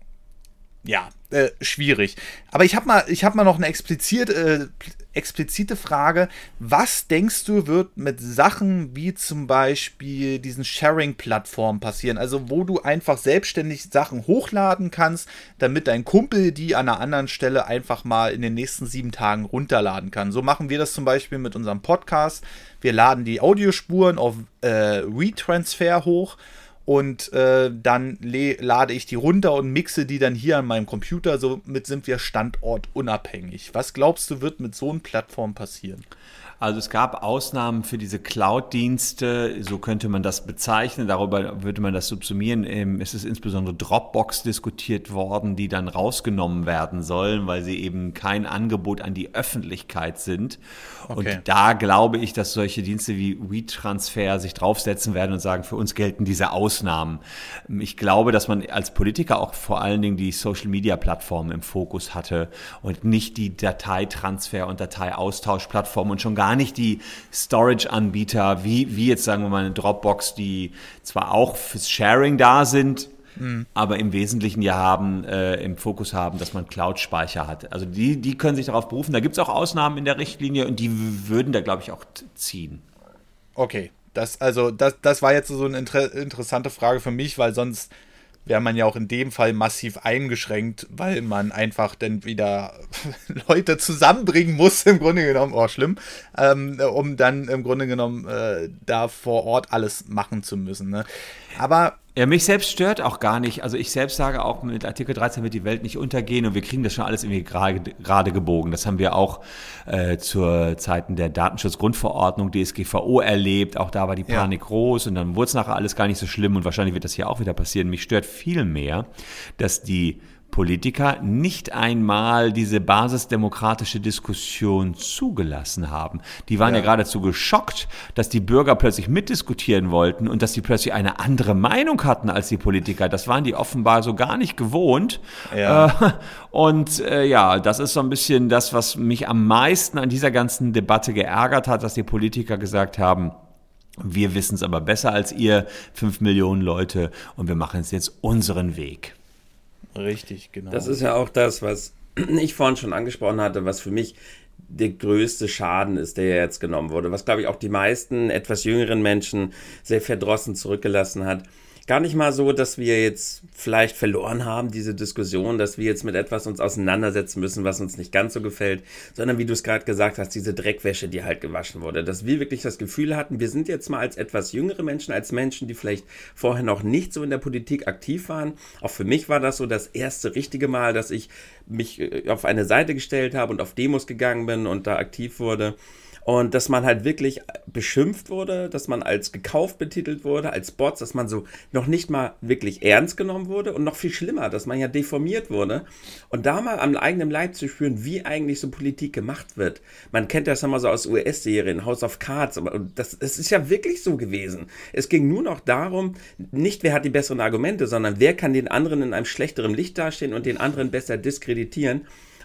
ja, äh, schwierig. Aber ich habe mal, ich hab mal noch eine explizit, äh, explizite Frage. Was denkst du, wird mit Sachen wie zum Beispiel diesen Sharing-Plattformen passieren? Also wo du einfach selbstständig Sachen hochladen kannst, damit dein Kumpel die an einer anderen Stelle einfach mal in den nächsten sieben Tagen runterladen kann. So machen wir das zum Beispiel mit unserem Podcast. Wir laden die Audiospuren auf äh, WeTransfer hoch. Und äh, dann le- lade ich die runter und mixe die dann hier an meinem Computer. Somit sind wir standortunabhängig. Was glaubst du, wird mit so einer Plattform passieren? Also es gab Ausnahmen für diese Cloud-Dienste, so könnte man das bezeichnen, darüber würde man das subsumieren. Es ist insbesondere Dropbox diskutiert worden, die dann rausgenommen werden sollen, weil sie eben kein Angebot an die Öffentlichkeit sind. Okay. Und da glaube ich, dass solche Dienste wie WeTransfer sich draufsetzen werden und sagen, für uns gelten diese Ausnahmen. Ich glaube, dass man als Politiker auch vor allen Dingen die Social-Media-Plattformen im Fokus hatte und nicht die Dateitransfer- und Dateiaustauschplattformen und schon gar nicht die Storage-Anbieter, wie, wie jetzt sagen wir mal eine Dropbox, die zwar auch fürs Sharing da sind, mhm. aber im Wesentlichen ja haben, äh, im Fokus haben, dass man Cloud-Speicher hat. Also die, die können sich darauf berufen. Da gibt es auch Ausnahmen in der Richtlinie und die würden da, glaube ich, auch ziehen. Okay, das, also das, das war jetzt so eine inter- interessante Frage für mich, weil sonst wäre man ja auch in dem Fall massiv eingeschränkt, weil man einfach dann wieder Leute zusammenbringen muss, im Grunde genommen, oh schlimm, ähm, um dann im Grunde genommen äh, da vor Ort alles machen zu müssen. Ne? Aber ja, mich selbst stört auch gar nicht. Also ich selbst sage auch, mit Artikel dreizehn wird die Welt nicht untergehen und wir kriegen das schon alles irgendwie gerade, gerade gebogen. Das haben wir auch äh, zur Zeiten der Datenschutzgrundverordnung, D S G V O, erlebt. Auch da war die Panik ja. groß und dann wurde es nachher alles gar nicht so schlimm und wahrscheinlich wird das hier auch wieder passieren. Mich stört viel mehr, dass die Politiker nicht einmal diese basisdemokratische Diskussion zugelassen haben. Die waren ja. ja geradezu geschockt, dass die Bürger plötzlich mitdiskutieren wollten und dass sie plötzlich eine andere Meinung hatten als die Politiker. Das waren die offenbar so gar nicht gewohnt. Ja. Äh, und äh, ja, das ist so ein bisschen das, was mich am meisten an dieser ganzen Debatte geärgert hat, dass die Politiker gesagt haben, wir wissen es aber besser als ihr, fünf Millionen Leute, und wir machen es jetzt unseren Weg. Richtig, genau. Das ist ja auch das, was ich vorhin schon angesprochen hatte, was für mich der größte Schaden ist, der jetzt genommen wurde. Was, glaube ich, auch die meisten etwas jüngeren Menschen sehr verdrossen zurückgelassen hat. Gar nicht mal so, dass wir jetzt vielleicht verloren haben, diese Diskussion, dass wir jetzt mit etwas uns auseinandersetzen müssen, was uns nicht ganz so gefällt, sondern wie du es gerade gesagt hast, diese Dreckwäsche, die halt gewaschen wurde. Dass wir wirklich das Gefühl hatten, wir sind jetzt mal als etwas jüngere Menschen, als Menschen, die vielleicht vorher noch nicht so in der Politik aktiv waren. Auch für mich war das so das erste richtige Mal, dass ich mich auf eine Seite gestellt habe und auf Demos gegangen bin und da aktiv wurde. Und dass man halt wirklich beschimpft wurde, dass man als gekauft betitelt wurde, als Bots, dass man so noch nicht mal wirklich ernst genommen wurde und noch viel schlimmer, dass man ja deformiert wurde. Und da mal am eigenen Leib zu spüren, wie eigentlich so Politik gemacht wird. Man kennt das ja mal so aus U S-Serien, House of Cards, aber das, das ist ja wirklich so gewesen. Es ging nur noch darum, nicht wer hat die besseren Argumente, sondern wer kann den anderen in einem schlechteren Licht dastehen und den anderen besser diskreditieren.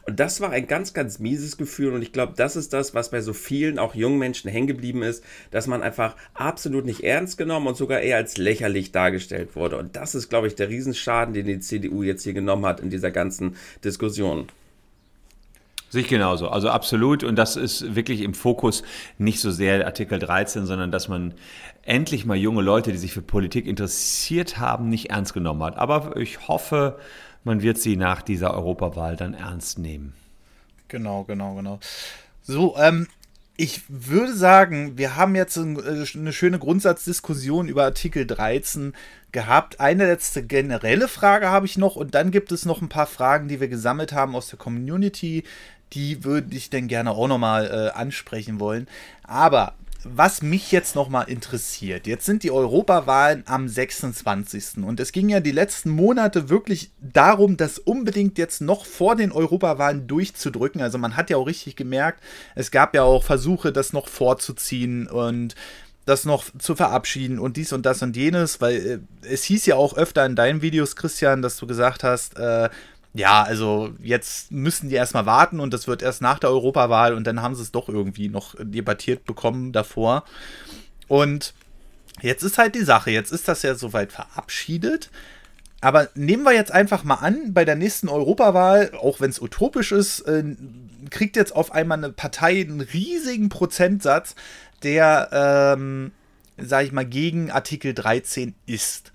Und das war ein ganz, ganz mieses Gefühl und ich glaube, das ist das, was bei so vielen, auch jungen Menschen hängen geblieben ist, dass man einfach absolut nicht ernst genommen und sogar eher als lächerlich dargestellt wurde. Und das ist, glaube ich, der Riesenschaden, den die C D U jetzt hier genommen hat in dieser ganzen Diskussion. Sehe ich genauso, also absolut, und das ist wirklich im Fokus nicht so sehr Artikel dreizehn, sondern dass man endlich mal junge Leute, die sich für Politik interessiert haben, nicht ernst genommen hat. Aber ich hoffe, man wird sie nach dieser Europawahl dann ernst nehmen. Genau, genau, genau. So, ähm, ich würde sagen, wir haben jetzt eine schöne Grundsatzdiskussion über Artikel dreizehn gehabt. Eine letzte generelle Frage habe ich noch und dann gibt es noch ein paar Fragen, die wir gesammelt haben aus der Community. Die würde ich dann gerne auch nochmal äh, ansprechen wollen. Aber was mich jetzt nochmal interessiert, jetzt sind die Europawahlen am sechsundzwanzigsten und es ging ja die letzten Monate wirklich darum, das unbedingt jetzt noch vor den Europawahlen durchzudrücken. Also man hat ja auch richtig gemerkt, es gab ja auch Versuche, das noch vorzuziehen und das noch zu verabschieden und dies und das und jenes, weil äh, es hieß ja auch öfter in deinen Videos, Christian, dass du gesagt hast, äh, ja, also jetzt müssen die erstmal warten und das wird erst nach der Europawahl und dann haben sie es doch irgendwie noch debattiert bekommen davor. Und jetzt ist halt die Sache, jetzt ist das ja soweit verabschiedet. Aber nehmen wir jetzt einfach mal an, bei der nächsten Europawahl, auch wenn es utopisch ist, äh, kriegt jetzt auf einmal eine Partei einen riesigen Prozentsatz, der, ähm, sag ich mal, gegen Artikel dreizehn ist.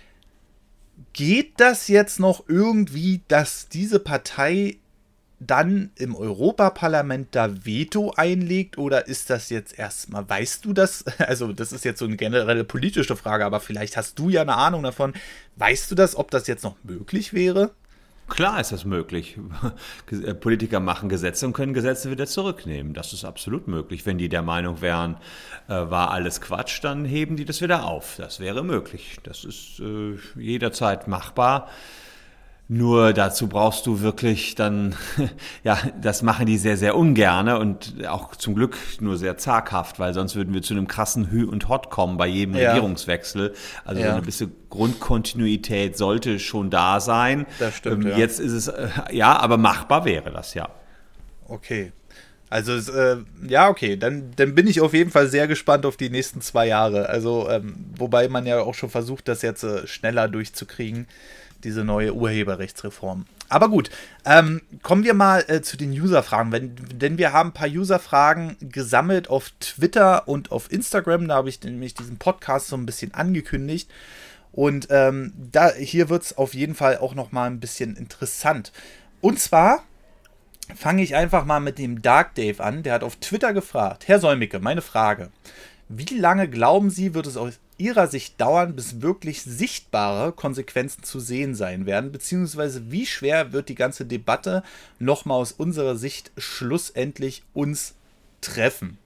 Geht das jetzt noch irgendwie, dass diese Partei dann im Europaparlament da Veto einlegt oder ist das jetzt erstmal, weißt du das? Also das ist jetzt so eine generelle politische Frage, aber vielleicht hast du ja eine Ahnung davon. Weißt du das, ob das jetzt noch möglich wäre? Klar ist das möglich. Politiker machen Gesetze und können Gesetze wieder zurücknehmen. Das ist absolut möglich. Wenn die der Meinung wären, äh, war alles Quatsch, dann heben die das wieder auf. Das wäre möglich. Das ist äh, jederzeit machbar. Nur dazu brauchst du wirklich dann, ja, das machen die sehr, sehr ungerne und auch zum Glück nur sehr zaghaft, weil sonst würden wir zu einem krassen Hü und Hott kommen bei jedem ja. Regierungswechsel. Also ja. so eine bisschen Grundkontinuität sollte schon da sein. Das stimmt, ähm, ja. Jetzt ist es, äh, ja, aber machbar wäre das, ja. Okay. Also, äh, ja, okay, dann, dann bin ich auf jeden Fall sehr gespannt auf die nächsten zwei Jahre. Also, ähm, wobei man ja auch schon versucht, das jetzt äh, schneller durchzukriegen. Diese neue Urheberrechtsreform. Aber gut, ähm, kommen wir mal äh, zu den User-Fragen, wenn, denn wir haben ein paar User-Fragen gesammelt auf Twitter und auf Instagram, da habe ich nämlich diesen Podcast so ein bisschen angekündigt und ähm, da, hier wird es auf jeden Fall auch noch mal ein bisschen interessant. Und zwar fange ich einfach mal mit dem Dark Dave an, der hat auf Twitter gefragt, Herr Solmecke, meine Frage, wie lange glauben Sie, wird es aus Ihrer Sicht dauern, bis wirklich sichtbare Konsequenzen zu sehen sein werden, beziehungsweise wie schwer wird die ganze Debatte nochmal aus unserer Sicht schlussendlich uns treffen?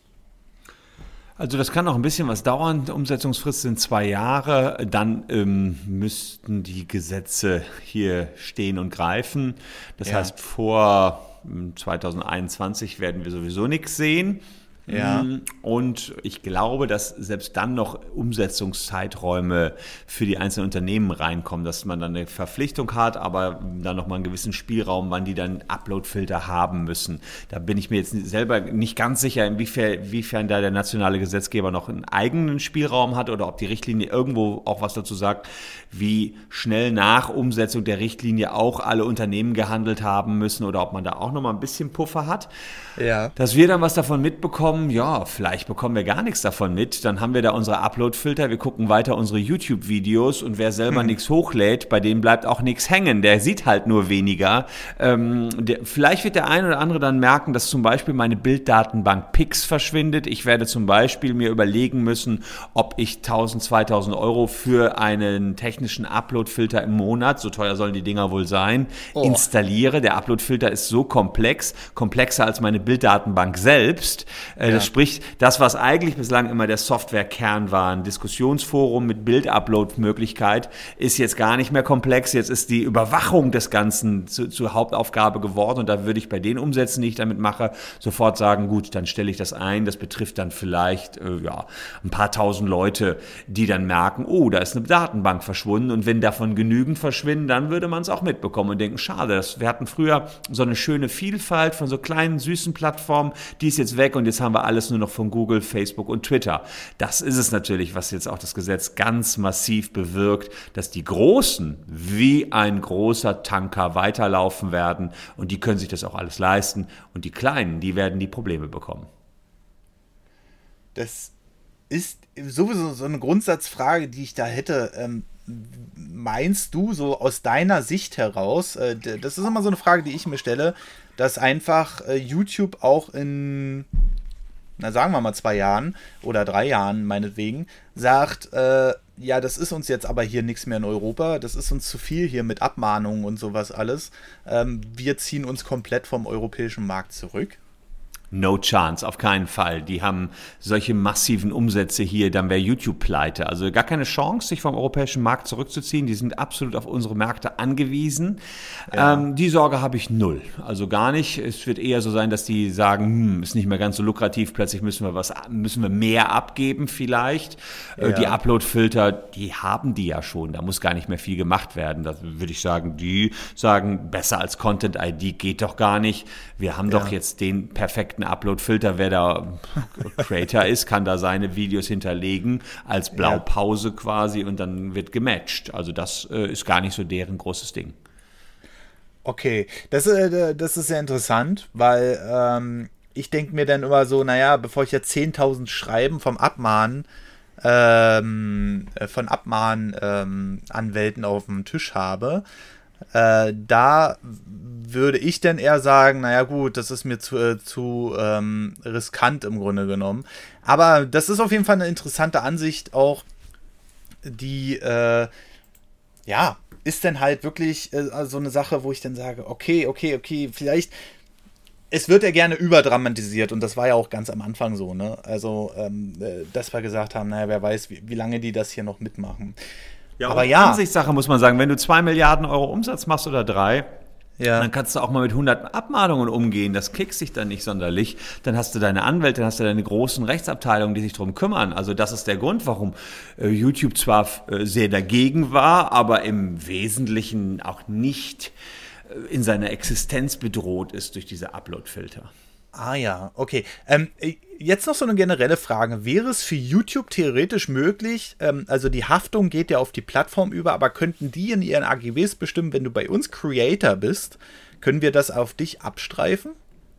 Also das kann noch ein bisschen was dauern. Die Umsetzungsfrist sind zwei Jahre. Dann ähm, müssten die Gesetze hier stehen und greifen. Das ja. heißt, vor zwanzig einundzwanzig werden wir sowieso nichts sehen. Ja. Und ich glaube, dass selbst dann noch Umsetzungszeiträume für die einzelnen Unternehmen reinkommen, dass man dann eine Verpflichtung hat, aber dann nochmal einen gewissen Spielraum, wann die dann Uploadfilter haben müssen. Da bin ich mir jetzt selber nicht ganz sicher, inwiefern, inwiefern da der nationale Gesetzgeber noch einen eigenen Spielraum hat oder ob die Richtlinie irgendwo auch was dazu sagt, wie schnell nach Umsetzung der Richtlinie auch alle Unternehmen gehandelt haben müssen oder ob man da auch nochmal ein bisschen Puffer hat. Ja. Dass wir dann was davon mitbekommen, ja, vielleicht bekommen wir gar nichts davon mit. Dann haben wir da unsere Upload-Filter, wir gucken weiter unsere YouTube-Videos und wer selber hm. nichts hochlädt, bei dem bleibt auch nichts hängen. Der sieht halt nur weniger. Ähm, der, vielleicht wird der ein oder andere dann merken, dass zum Beispiel meine Bilddatenbank Pix verschwindet. Ich werde zum Beispiel mir überlegen müssen, ob ich tausend, zweitausend Euro für einen technischen Upload-Filter im Monat, so teuer sollen die Dinger wohl sein, oh. installiere. Der Upload-Filter ist so komplex, komplexer als meine Bilddatenbank selbst. Ja. Das spricht, das, was eigentlich bislang immer der Softwarekern war, ein Diskussionsforum mit Bild-Upload-Möglichkeit, ist jetzt gar nicht mehr komplex. Jetzt ist die Überwachung des Ganzen zu, zur Hauptaufgabe geworden. Und da würde ich bei den Umsätzen, die ich damit mache, sofort sagen, gut, dann stelle ich das ein. Das betrifft dann vielleicht äh, ja, ein paar tausend Leute, die dann merken, oh, da ist eine Datenbank verschwunden. Und wenn davon genügend verschwinden, dann würde man es auch mitbekommen und denken, schade, das, wir hatten früher so eine schöne Vielfalt von so kleinen, süßen Plattformen, die ist jetzt weg und jetzt haben wir alles nur noch von Google, Facebook und Twitter. Das ist es natürlich, was jetzt auch das Gesetz ganz massiv bewirkt, dass die Großen wie ein großer Tanker weiterlaufen werden und die können sich das auch alles leisten und die Kleinen, die werden die Probleme bekommen. Das ist sowieso so eine Grundsatzfrage, die ich da hätte. Ähm, meinst du so aus deiner Sicht heraus, äh, das ist immer so eine Frage, die ich mir stelle, dass einfach äh, YouTube auch in, na sagen wir mal zwei Jahren oder drei Jahren meinetwegen, sagt, äh, ja, das ist uns jetzt aber hier nichts mehr in Europa, das ist uns zu viel hier mit Abmahnungen und sowas alles. Ähm, wir ziehen uns komplett vom europäischen Markt zurück. No chance, auf keinen Fall. Die haben solche massiven Umsätze hier, dann wäre YouTube pleite. Also gar keine Chance, sich vom europäischen Markt zurückzuziehen. Die sind absolut auf unsere Märkte angewiesen. Ja. Ähm, die Sorge habe ich null. Also gar nicht. Es wird eher so sein, dass die sagen, hm, ist nicht mehr ganz so lukrativ, plötzlich müssen wir was, müssen wir mehr abgeben vielleicht. Ja. Die Upload-Filter, die haben die ja schon. Da muss gar nicht mehr viel gemacht werden. Da würde ich sagen, die sagen, besser als Content-I D geht doch gar nicht. Wir haben ja. doch jetzt den perfekten Upload-Filter, wer da Creator ist, kann da seine Videos hinterlegen als Blaupause ja. quasi und dann wird gematcht. Also das äh, ist gar nicht so deren großes Ding. Okay, das, äh, das ist sehr interessant, weil ähm, ich denke mir dann immer so, naja, bevor ich jetzt zehntausend Schreiben vom Abmahnen ähm, von Abmahn-Anwälten ähm, auf dem Tisch habe, Äh, da würde ich dann eher sagen, naja gut, das ist mir zu, äh, zu ähm, riskant im Grunde genommen. Aber das ist auf jeden Fall eine interessante Ansicht auch, die, äh, ja, ist dann halt wirklich äh, so eine Sache, wo ich dann sage, okay, okay, okay, vielleicht, es wird ja gerne überdramatisiert und das war ja auch ganz am Anfang so, ne? Also, ähm, äh, dass wir gesagt haben, naja, wer weiß, wie, wie lange die das hier noch mitmachen. Ja, aber ja. Ansichtssache muss man sagen, wenn du zwei Milliarden Euro Umsatz machst oder drei, ja. dann kannst du auch mal mit hundert Abmahnungen umgehen. Das kickst dich dann nicht sonderlich. Dann hast du deine Anwälte, dann hast du deine großen Rechtsabteilungen, die sich darum kümmern. Also das ist der Grund, warum äh, YouTube zwar äh, sehr dagegen war, aber im Wesentlichen auch nicht äh, in seiner Existenz bedroht ist durch diese Upload-Filter. Ah ja, okay. Ähm, jetzt noch so eine generelle Frage. Wäre es für YouTube theoretisch möglich, ähm, also die Haftung geht ja auf die Plattform über, aber könnten die in ihren A G Bs bestimmen, wenn du bei uns Creator bist, können wir das auf dich abstreifen?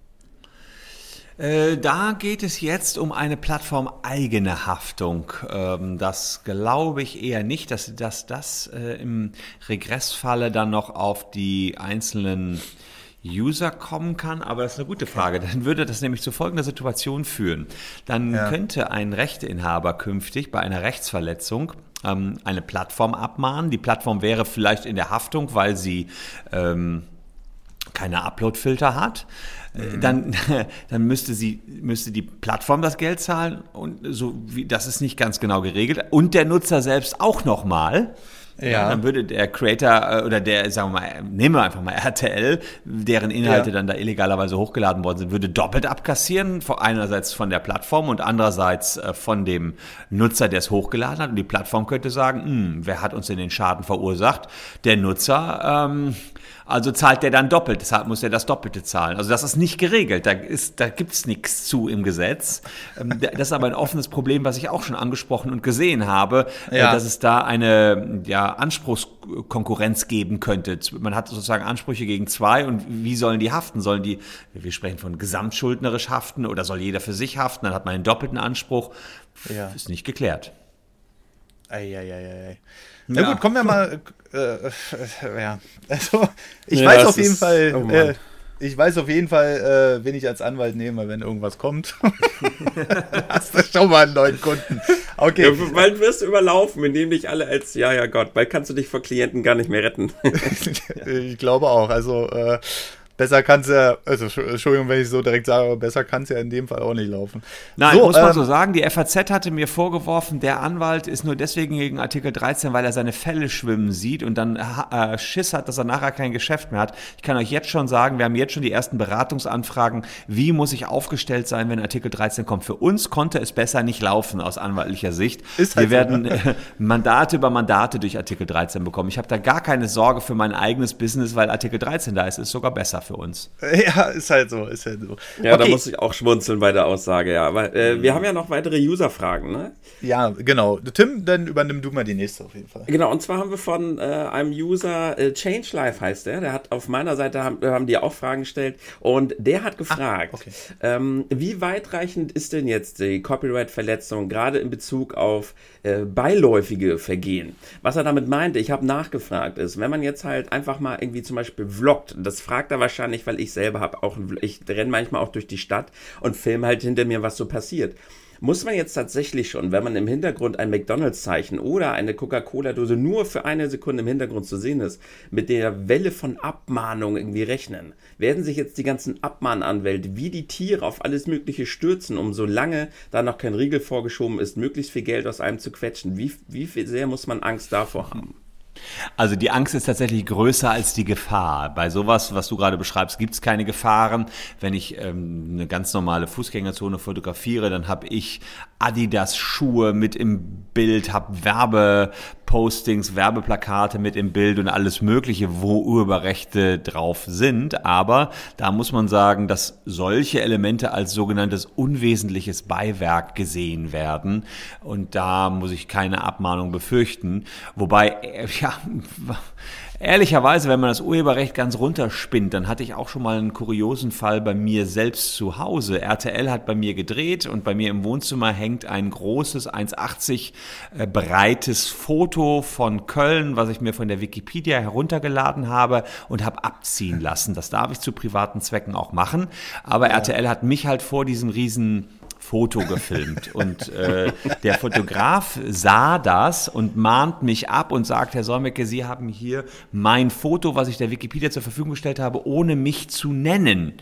Äh, da geht es jetzt um eine plattformeigene Haftung. Ähm, das glaube ich eher nicht, dass, dass das äh, im Regressfalle dann noch auf die einzelnen User kommen kann, aber das ist eine gute Frage. Dann würde das nämlich zu folgender Situation führen. Dann ja. könnte ein Rechteinhaber künftig bei einer Rechtsverletzung ähm, eine Plattform abmahnen. Die Plattform wäre vielleicht in der Haftung, weil sie ähm, keine Upload-Filter hat. Mhm. Dann, dann müsste sie, müsste die Plattform das Geld zahlen und so wie, das ist nicht ganz genau geregelt. Und der Nutzer selbst auch nochmal. Ja. Dann würde der Creator oder der, sagen wir mal, nehmen wir einfach mal R T L, deren Inhalte ja. dann da illegalerweise hochgeladen worden sind, würde doppelt abkassieren, einerseits von der Plattform und andererseits von dem Nutzer, der es hochgeladen hat. Und die Plattform könnte sagen, wer hat uns denn den Schaden verursacht? Der Nutzer, ähm, also zahlt der dann doppelt, deshalb muss er das Doppelte zahlen. Also das ist nicht geregelt, da, ist, da gibt es nichts zu im Gesetz. Das ist aber ein offenes Problem, was ich auch schon angesprochen und gesehen habe, ja. dass es da eine ja, Anspruchskonkurrenz geben könnte. Man hat sozusagen Ansprüche gegen zwei und wie sollen die haften? Sollen die, wir sprechen von gesamtschuldnerisch haften oder soll jeder für sich haften? Dann hat man einen doppelten Anspruch. Ja. Ist nicht geklärt. Eieieiei. Na ja. gut, kommen wir mal. Äh, äh, ja, also ich ja, weiß auf jeden ist, Fall. Oh äh, ich weiß auf jeden Fall, äh, wen ich als Anwalt nehme, wenn irgendwas kommt. Hast du schon mal einen neuen Kunden? Okay. Ja, bald wirst du überlaufen, indem dich alle als ja ja Gott, bald kannst du dich vor Klienten gar nicht mehr retten. Ich glaube auch. Also äh, besser kann es ja, also Entschuldigung, wenn ich so direkt sage, aber besser kann es ja in dem Fall auch nicht laufen. Nein, so, muss man ähm, so sagen, die F A Z hatte mir vorgeworfen, der Anwalt ist nur deswegen gegen Artikel dreizehn, weil er seine Fälle schwimmen sieht und dann äh, Schiss hat, dass er nachher kein Geschäft mehr hat. Ich kann euch jetzt schon sagen, wir haben jetzt schon die ersten Beratungsanfragen, wie muss ich aufgestellt sein, wenn Artikel dreizehn kommt. Für uns konnte es besser nicht laufen aus anwaltlicher Sicht. Ist halt wir werden so, ne? äh, Mandate über Mandate durch Artikel dreizehn bekommen. Ich habe da gar keine Sorge für mein eigenes Business, weil Artikel dreizehn da ist, ist sogar besser für uns. Ja, ist halt so, ist halt so. Ja, okay. Da muss ich auch schmunzeln bei der Aussage, ja. Aber äh, wir haben ja noch weitere User-Fragen, ne? Ja, genau. Tim, dann übernimm du mal die nächste auf jeden Fall. Genau, und zwar haben wir von äh, einem User, äh, Change Life heißt der, der hat auf meiner Seite, haben, haben die auch Fragen gestellt und der hat gefragt, ah, okay. ähm, wie weitreichend ist denn jetzt die Copyright-Verletzung, gerade in Bezug auf äh, beiläufige Vergehen? Was er damit meinte, ich habe nachgefragt, ist, wenn man jetzt halt einfach mal irgendwie zum Beispiel vloggt, das fragt er wahrscheinlich, weil ich selber habe auch, ich renne manchmal auch durch die Stadt und filme halt hinter mir, was so passiert. Muss man jetzt tatsächlich schon, wenn man im Hintergrund ein McDonalds-Zeichen oder eine Coca-Cola-Dose nur für eine Sekunde im Hintergrund zu sehen ist, mit der Welle von Abmahnungen irgendwie rechnen? Werden sich jetzt die ganzen Abmahnanwälte wie die Tiere auf alles Mögliche stürzen, um solange da noch kein Riegel vorgeschoben ist, möglichst viel Geld aus einem zu quetschen? Wie, wie sehr muss man Angst davor haben? Also die Angst ist tatsächlich größer als die Gefahr. Bei sowas, was du gerade beschreibst, gibt es keine Gefahren. Wenn ich ähm, eine ganz normale Fußgängerzone fotografiere, dann habe ich Adidas-Schuhe mit im Bild, habe Werbepostings, Werbeplakate mit im Bild und alles Mögliche, wo Urheberrechte drauf sind. Aber da muss man sagen, dass solche Elemente als sogenanntes unwesentliches Beiwerk gesehen werden. Und da muss ich keine Abmahnung befürchten. Wobei, ja, ehrlicherweise, wenn man das Urheberrecht ganz runterspinnt, dann hatte ich auch schon mal einen kuriosen Fall bei mir selbst zu Hause. R T L hat bei mir gedreht und bei mir im Wohnzimmer hängt ein großes eins achtzig äh, breites Foto von Köln, was ich mir von der Wikipedia heruntergeladen habe und habe abziehen lassen. Das darf ich zu privaten Zwecken auch machen, aber ja. R T L hat mich halt vor diesem riesen Foto gefilmt und äh, der Fotograf sah das und mahnt mich ab und sagt, Herr Solmecke, Sie haben hier mein Foto, was ich der Wikipedia zur Verfügung gestellt habe, ohne mich zu nennen.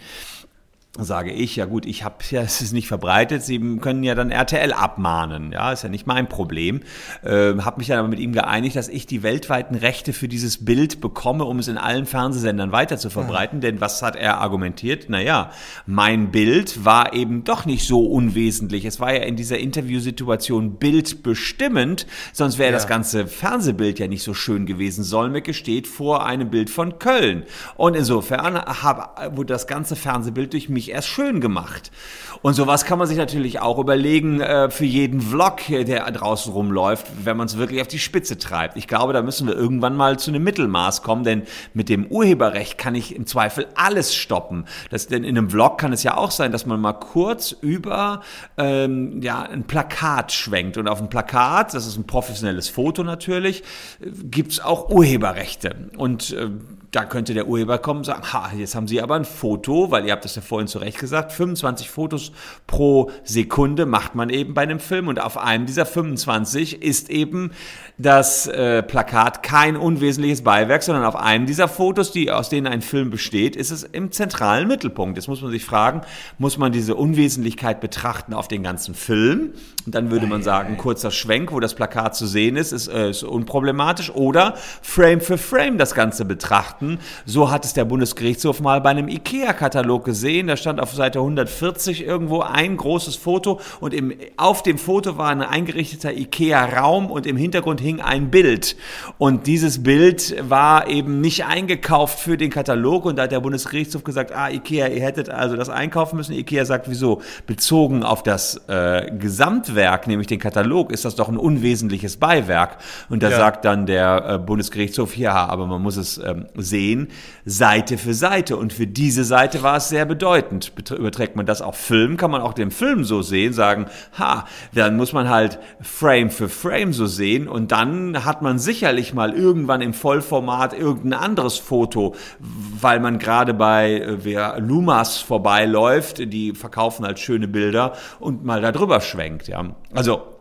Sage ich, ja gut, ich habe ja, es ist nicht verbreitet, Sie können ja dann R T L abmahnen, ja, ist ja nicht mein Problem. Ähm, habe mich dann aber mit ihm geeinigt, dass ich die weltweiten Rechte für dieses Bild bekomme, um es in allen Fernsehsendern weiter zu verbreiten, denn was hat er argumentiert? Naja, mein Bild war eben doch nicht so unwesentlich, es war ja in dieser Interviewsituation bildbestimmend, sonst wäre ja. das ganze Fernsehbild ja nicht so schön gewesen. Solmecke steht vor einem Bild von Köln und insofern hab, wurde das ganze Fernsehbild durch mich erst schön gemacht. Und sowas kann man sich natürlich auch überlegen äh, für jeden Vlog, der draußen rumläuft, wenn man es wirklich auf die Spitze treibt. Ich glaube, da müssen wir irgendwann mal zu einem Mittelmaß kommen, denn mit dem Urheberrecht kann ich im Zweifel alles stoppen. Das, denn in einem Vlog kann es ja auch sein, dass man mal kurz über ähm, ja, ein Plakat schwenkt. Und auf dem Plakat, das ist ein professionelles Foto natürlich, gibt es auch Urheberrechte. Und äh, da könnte der Urheber kommen und sagen, ha, jetzt haben Sie aber ein Foto, weil ihr habt das ja vorhin zu Recht gesagt, fünfundzwanzig Fotos pro Sekunde macht man eben bei einem Film und auf einem dieser fünfundzwanzig ist eben das äh, Plakat kein unwesentliches Beiwerk, sondern auf einem dieser Fotos, die aus denen ein Film besteht, ist es im zentralen Mittelpunkt. Jetzt muss man sich fragen, muss man diese Unwesentlichkeit betrachten auf den ganzen Film? Und dann würde man sagen, kurzer Schwenk, wo das Plakat zu sehen ist, ist, äh, ist unproblematisch oder Frame für Frame das Ganze betrachten. So hat es der Bundesgerichtshof mal bei einem IKEA-Katalog gesehen. Da stand auf Seite hundertvierzig irgendwo ein großes Foto und im, auf dem Foto war ein eingerichteter IKEA-Raum und im Hintergrund hing ein Bild. Und dieses Bild war eben nicht eingekauft für den Katalog und da hat der Bundesgerichtshof gesagt, ah, IKEA, ihr hättet also das einkaufen müssen. IKEA sagt, wieso? Bezogen auf das äh, Gesamtwerk, nämlich den Katalog, ist das doch ein unwesentliches Beiwerk. Und da ja. sagt dann der äh, Bundesgerichtshof, ja, aber man muss es ähm, sehen, Seite für Seite. Und für diese Seite war es sehr bedeutend. Überträgt man das auf Film, kann man auch den Film so sehen, sagen, ha, dann muss man halt Frame für Frame so sehen und dann hat man sicherlich mal irgendwann im Vollformat irgendein anderes Foto, weil man gerade bei äh, wer Lumas vorbeiläuft, die verkaufen halt schöne Bilder und mal da drüber schwenkt, ja. Also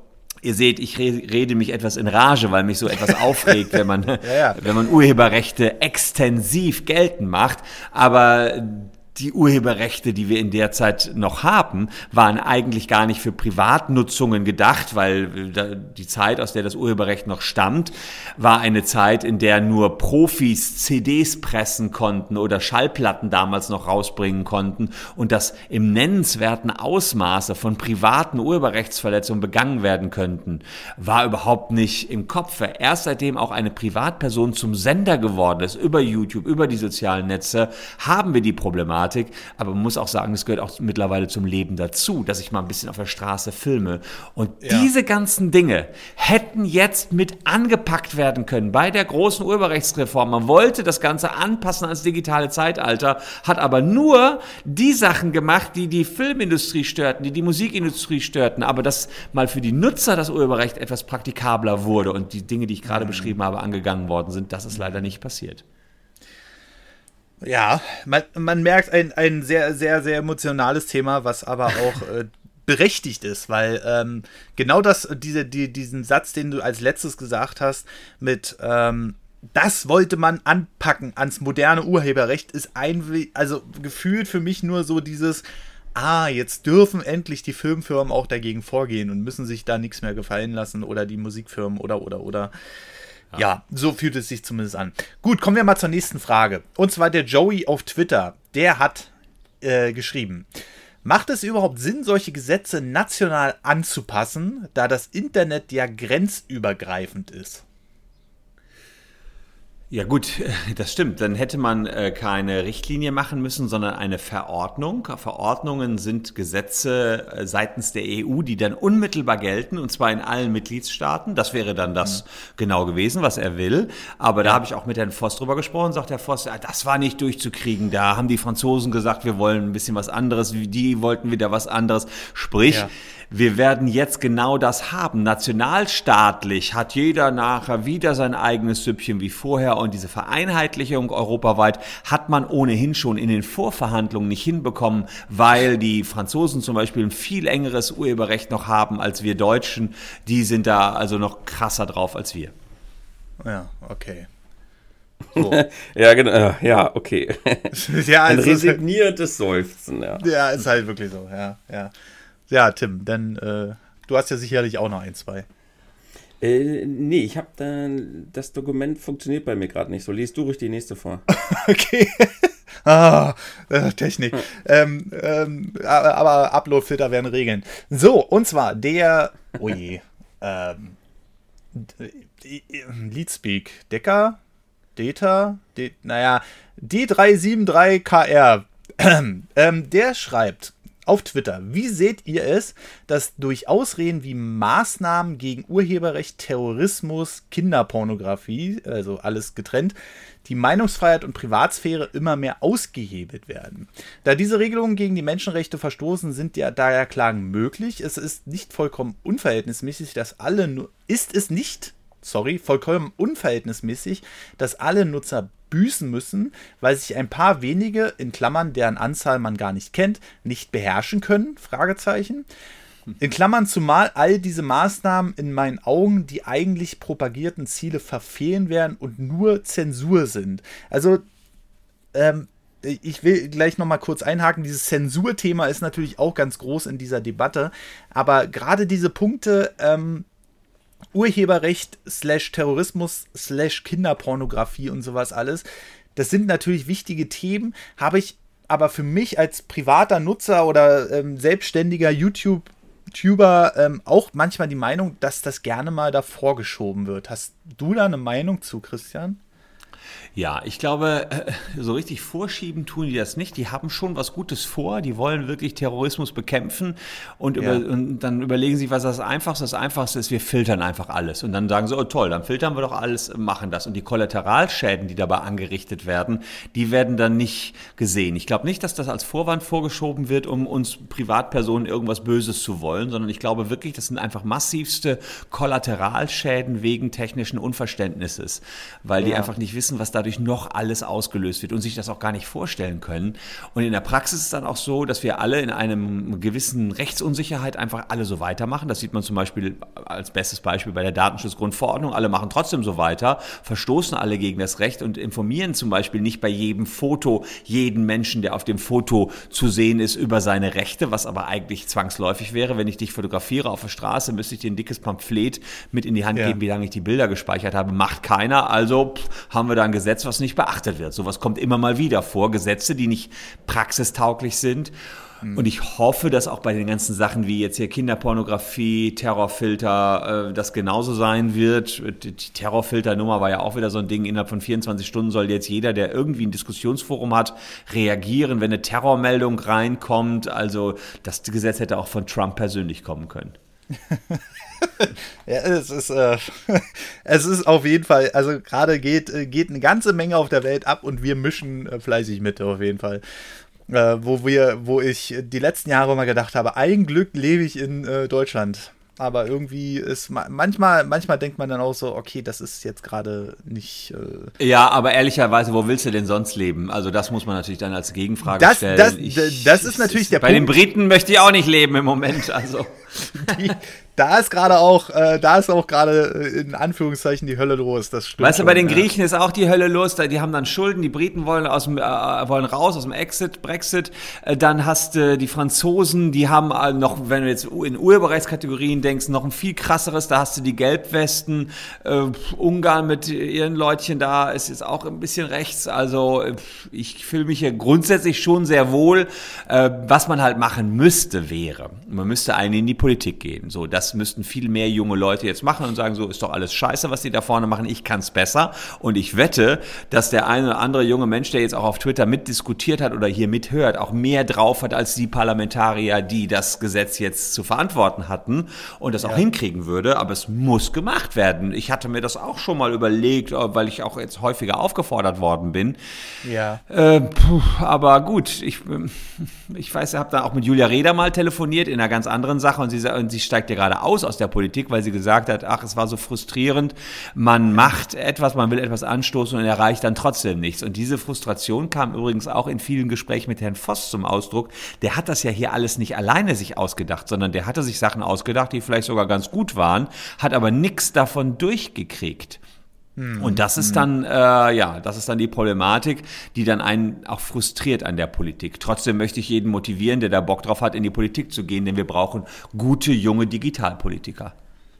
Ihr seht, ich re- rede mich etwas in Rage, weil mich so etwas aufregt, wenn man, ja, ja. wenn man Urheberrechte extensiv geltend macht. Aber die Urheberrechte, die wir in der Zeit noch haben, waren eigentlich gar nicht für Privatnutzungen gedacht, weil die Zeit, aus der das Urheberrecht noch stammt, war eine Zeit, in der nur Profis C Ds pressen konnten oder Schallplatten damals noch rausbringen konnten und das im nennenswerten Ausmaße von privaten Urheberrechtsverletzungen begangen werden könnten, war überhaupt nicht im Kopf. Erst seitdem auch eine Privatperson zum Sender geworden ist, über YouTube, über die sozialen Netze, haben wir die Problematik. Aber man muss auch sagen, es gehört auch mittlerweile zum Leben dazu, dass ich mal ein bisschen auf der Straße filme. Und ja. diese ganzen Dinge hätten jetzt mit angepackt werden können bei der großen Urheberrechtsreform. Man wollte das Ganze anpassen ans digitale Zeitalter, hat aber nur die Sachen gemacht, die die Filmindustrie störten, die die Musikindustrie störten. Aber dass mal für die Nutzer das Urheberrecht etwas praktikabler wurde und die Dinge, die ich gerade mhm. beschrieben habe, angegangen worden sind, das ist leider nicht passiert. Ja, man, man merkt ein, ein sehr, sehr, sehr emotionales Thema, was aber auch äh, berechtigt ist, weil ähm, genau das, diese, die, diesen Satz, den du als letztes gesagt hast, mit ähm, das wollte man anpacken ans moderne Urheberrecht, ist ein, also gefühlt für mich nur so dieses, ah, jetzt dürfen endlich die Filmfirmen auch dagegen vorgehen und müssen sich da nichts mehr gefallen lassen oder die Musikfirmen oder, oder, oder. Ja. ja, so fühlt es sich zumindest an. Gut, kommen wir mal zur nächsten Frage. Und zwar der Joey auf Twitter. Der hat äh, geschrieben: Macht es überhaupt Sinn, solche Gesetze national anzupassen, da das Internet ja grenzübergreifend ist? Ja gut, das stimmt. Dann hätte man äh, keine Richtlinie machen müssen, sondern eine Verordnung. Verordnungen sind Gesetze äh, seitens der E U, die dann unmittelbar gelten, und zwar in allen Mitgliedstaaten. Das wäre dann das mhm. genau gewesen, was er will. Aber ja. da habe ich auch mit Herrn Voss drüber gesprochen, sagt Herr Voss, ja, das war nicht durchzukriegen. Da haben die Franzosen gesagt, wir wollen ein bisschen was anderes, die wollten wieder was anderes. Sprich, ja. wir werden jetzt genau das haben. Nationalstaatlich hat jeder nachher wieder sein eigenes Süppchen wie vorher, und diese Vereinheitlichung europaweit hat man ohnehin schon in den Vorverhandlungen nicht hinbekommen, weil die Franzosen zum Beispiel ein viel engeres Urheberrecht noch haben als wir Deutschen. Die sind da also noch krasser drauf als wir. Ja, okay. So. ja, genau. Ja, okay. ja, ein resignierendes Seufzen. Ja. ja, ist halt wirklich so. Ja, ja. Ja, Tim, dann äh, du hast ja sicherlich auch noch ein, zwei. Äh, nee, ich habe dann, das Dokument funktioniert bei mir gerade nicht so. Lies du ruhig die nächste vor. Okay. ah, äh, Technik. Hm. Ähm, ähm, aber Upload-Filter werden Regeln. So, und zwar der, oh je, ähm, Leadspeak, Decker, Data, D, naja, D drei sieben drei K R, ähm, der schreibt auf Twitter: Wie seht ihr es, dass durch Ausreden wie Maßnahmen gegen Urheberrecht, Terrorismus, Kinderpornografie, also alles getrennt, die Meinungsfreiheit und Privatsphäre immer mehr ausgehebelt werden? Da diese Regelungen gegen die Menschenrechte verstoßen, sind ja daher Klagen möglich. Es ist nicht vollkommen unverhältnismäßig, dass alle nur, ist es nicht, sorry, vollkommen unverhältnismäßig, dass alle Nutzer büßen müssen, weil sich ein paar wenige, in Klammern, deren Anzahl man gar nicht kennt, nicht beherrschen können, Fragezeichen. In Klammern, zumal all diese Maßnahmen in meinen Augen die eigentlich propagierten Ziele verfehlen werden und nur Zensur sind. Also, ähm, ich will gleich nochmal kurz einhaken, dieses Zensurthema ist natürlich auch ganz groß in dieser Debatte, aber gerade diese Punkte, ähm, Urheberrecht slash Terrorismus slash Kinderpornografie und sowas alles, das sind natürlich wichtige Themen, habe ich aber für mich als privater Nutzer oder ähm, selbstständiger YouTube-Tuber ähm, auch manchmal die Meinung, dass das gerne mal davor geschoben wird. Hast du da eine Meinung zu, Christian? Ja, ich glaube, so richtig vorschieben tun die das nicht. Die haben schon was Gutes vor. Die wollen wirklich Terrorismus bekämpfen und, über, ja. und dann überlegen sie, was das Einfachste ist. Das Einfachste ist, wir filtern einfach alles. Und dann sagen sie, oh toll, dann filtern wir doch alles, machen das. Und die Kollateralschäden, die dabei angerichtet werden, die werden dann nicht gesehen. Ich glaube nicht, dass das als Vorwand vorgeschoben wird, um uns Privatpersonen irgendwas Böses zu wollen, sondern ich glaube wirklich, das sind einfach massivste Kollateralschäden wegen technischen Unverständnisses, weil ja. die einfach nicht wissen, wissen, was dadurch noch alles ausgelöst wird und sich das auch gar nicht vorstellen können. Und in der Praxis ist es dann auch so, dass wir alle in einem gewissen Rechtsunsicherheit einfach alle so weitermachen. Das sieht man zum Beispiel als bestes Beispiel bei der Datenschutzgrundverordnung. Alle machen trotzdem so weiter, verstoßen alle gegen das Recht und informieren zum Beispiel nicht bei jedem Foto jeden Menschen, der auf dem Foto zu sehen ist, über seine Rechte, was aber eigentlich zwangsläufig wäre. Wenn ich dich fotografiere auf der Straße, müsste ich dir ein dickes Pamphlet mit in die Hand ja. geben, wie lange ich die Bilder gespeichert habe. Macht keiner, also pff, haben wir da ein Gesetz, was nicht beachtet wird. Sowas kommt immer mal wieder vor. Gesetze, die nicht praxistauglich sind. Und ich hoffe, dass auch bei den ganzen Sachen wie jetzt hier Kinderpornografie, Terrorfilter, äh, das genauso sein wird. Die Terrorfilter-Nummer war ja auch wieder so ein Ding. Innerhalb von vierundzwanzig Stunden soll jetzt jeder, der irgendwie ein Diskussionsforum hat, reagieren, wenn eine Terrormeldung reinkommt. Also das Gesetz hätte auch von Trump persönlich kommen können. Ja, es ist, äh, es ist auf jeden Fall, also gerade geht, geht eine ganze Menge auf der Welt ab und wir mischen äh, fleißig mit, auf jeden Fall. Äh, wo wir, wo ich die letzten Jahre immer gedacht habe, ein Glück lebe ich in äh, Deutschland. Aber irgendwie ist ma- manchmal, manchmal denkt man dann auch so, okay, das ist jetzt gerade nicht. Äh ja, aber ehrlicherweise, wo willst du denn sonst leben? Also das muss man natürlich dann als Gegenfrage das, stellen. Das, ich, das ist natürlich der bei Punkt. Bei den Briten möchte ich auch nicht leben im Moment. Also die, da ist gerade auch, äh, da ist auch gerade äh, in Anführungszeichen die Hölle los. Das stimmt. Weißt du, schon, bei den ja. Griechen ist auch die Hölle los. Die haben dann Schulden. Die Briten wollen aus dem, äh, wollen raus aus dem Exit, Brexit. Äh, dann hast du äh, die Franzosen, die haben äh, noch, wenn du jetzt in Urheberrechtskategorien denkst, noch ein viel krasseres. Da hast du die Gelbwesten. Äh, Ungarn mit ihren Leutchen da ist jetzt auch ein bisschen rechts. Also äh, ich fühle mich hier grundsätzlich schon sehr wohl. Äh, was man halt machen müsste, wäre, man müsste eigentlich in die Politik gehen. So, das müssten viel mehr junge Leute jetzt machen und sagen, so ist doch alles scheiße, was die da vorne machen, ich kann's besser. Und ich wette, dass der eine oder andere junge Mensch, der jetzt auch auf Twitter mitdiskutiert hat oder hier mithört, auch mehr drauf hat als die Parlamentarier, die das Gesetz jetzt zu verantworten hatten und das auch ja. hinkriegen würde. Aber es muss gemacht werden. Ich hatte mir das auch schon mal überlegt, weil ich auch jetzt häufiger aufgefordert worden bin. Ja. Äh, puh, aber gut, ich, ich weiß, ich habe da auch mit Julia Reda mal telefoniert in einer ganz anderen Sache und sie, und sie steigt ja gerade aus aus der Politik, weil sie gesagt hat, ach, es war so frustrierend, man macht etwas, man will etwas anstoßen und erreicht dann trotzdem nichts. Und diese Frustration kam übrigens auch in vielen Gesprächen mit Herrn Voss zum Ausdruck. Der hat das ja hier alles nicht alleine sich ausgedacht, sondern der hatte sich Sachen ausgedacht, die vielleicht sogar ganz gut waren, hat aber nichts davon durchgekriegt. Und das ist dann, äh, ja, das ist dann die Problematik, die dann einen auch frustriert an der Politik. Trotzdem möchte ich jeden motivieren, der da Bock drauf hat, in die Politik zu gehen, denn wir brauchen gute, junge Digitalpolitiker.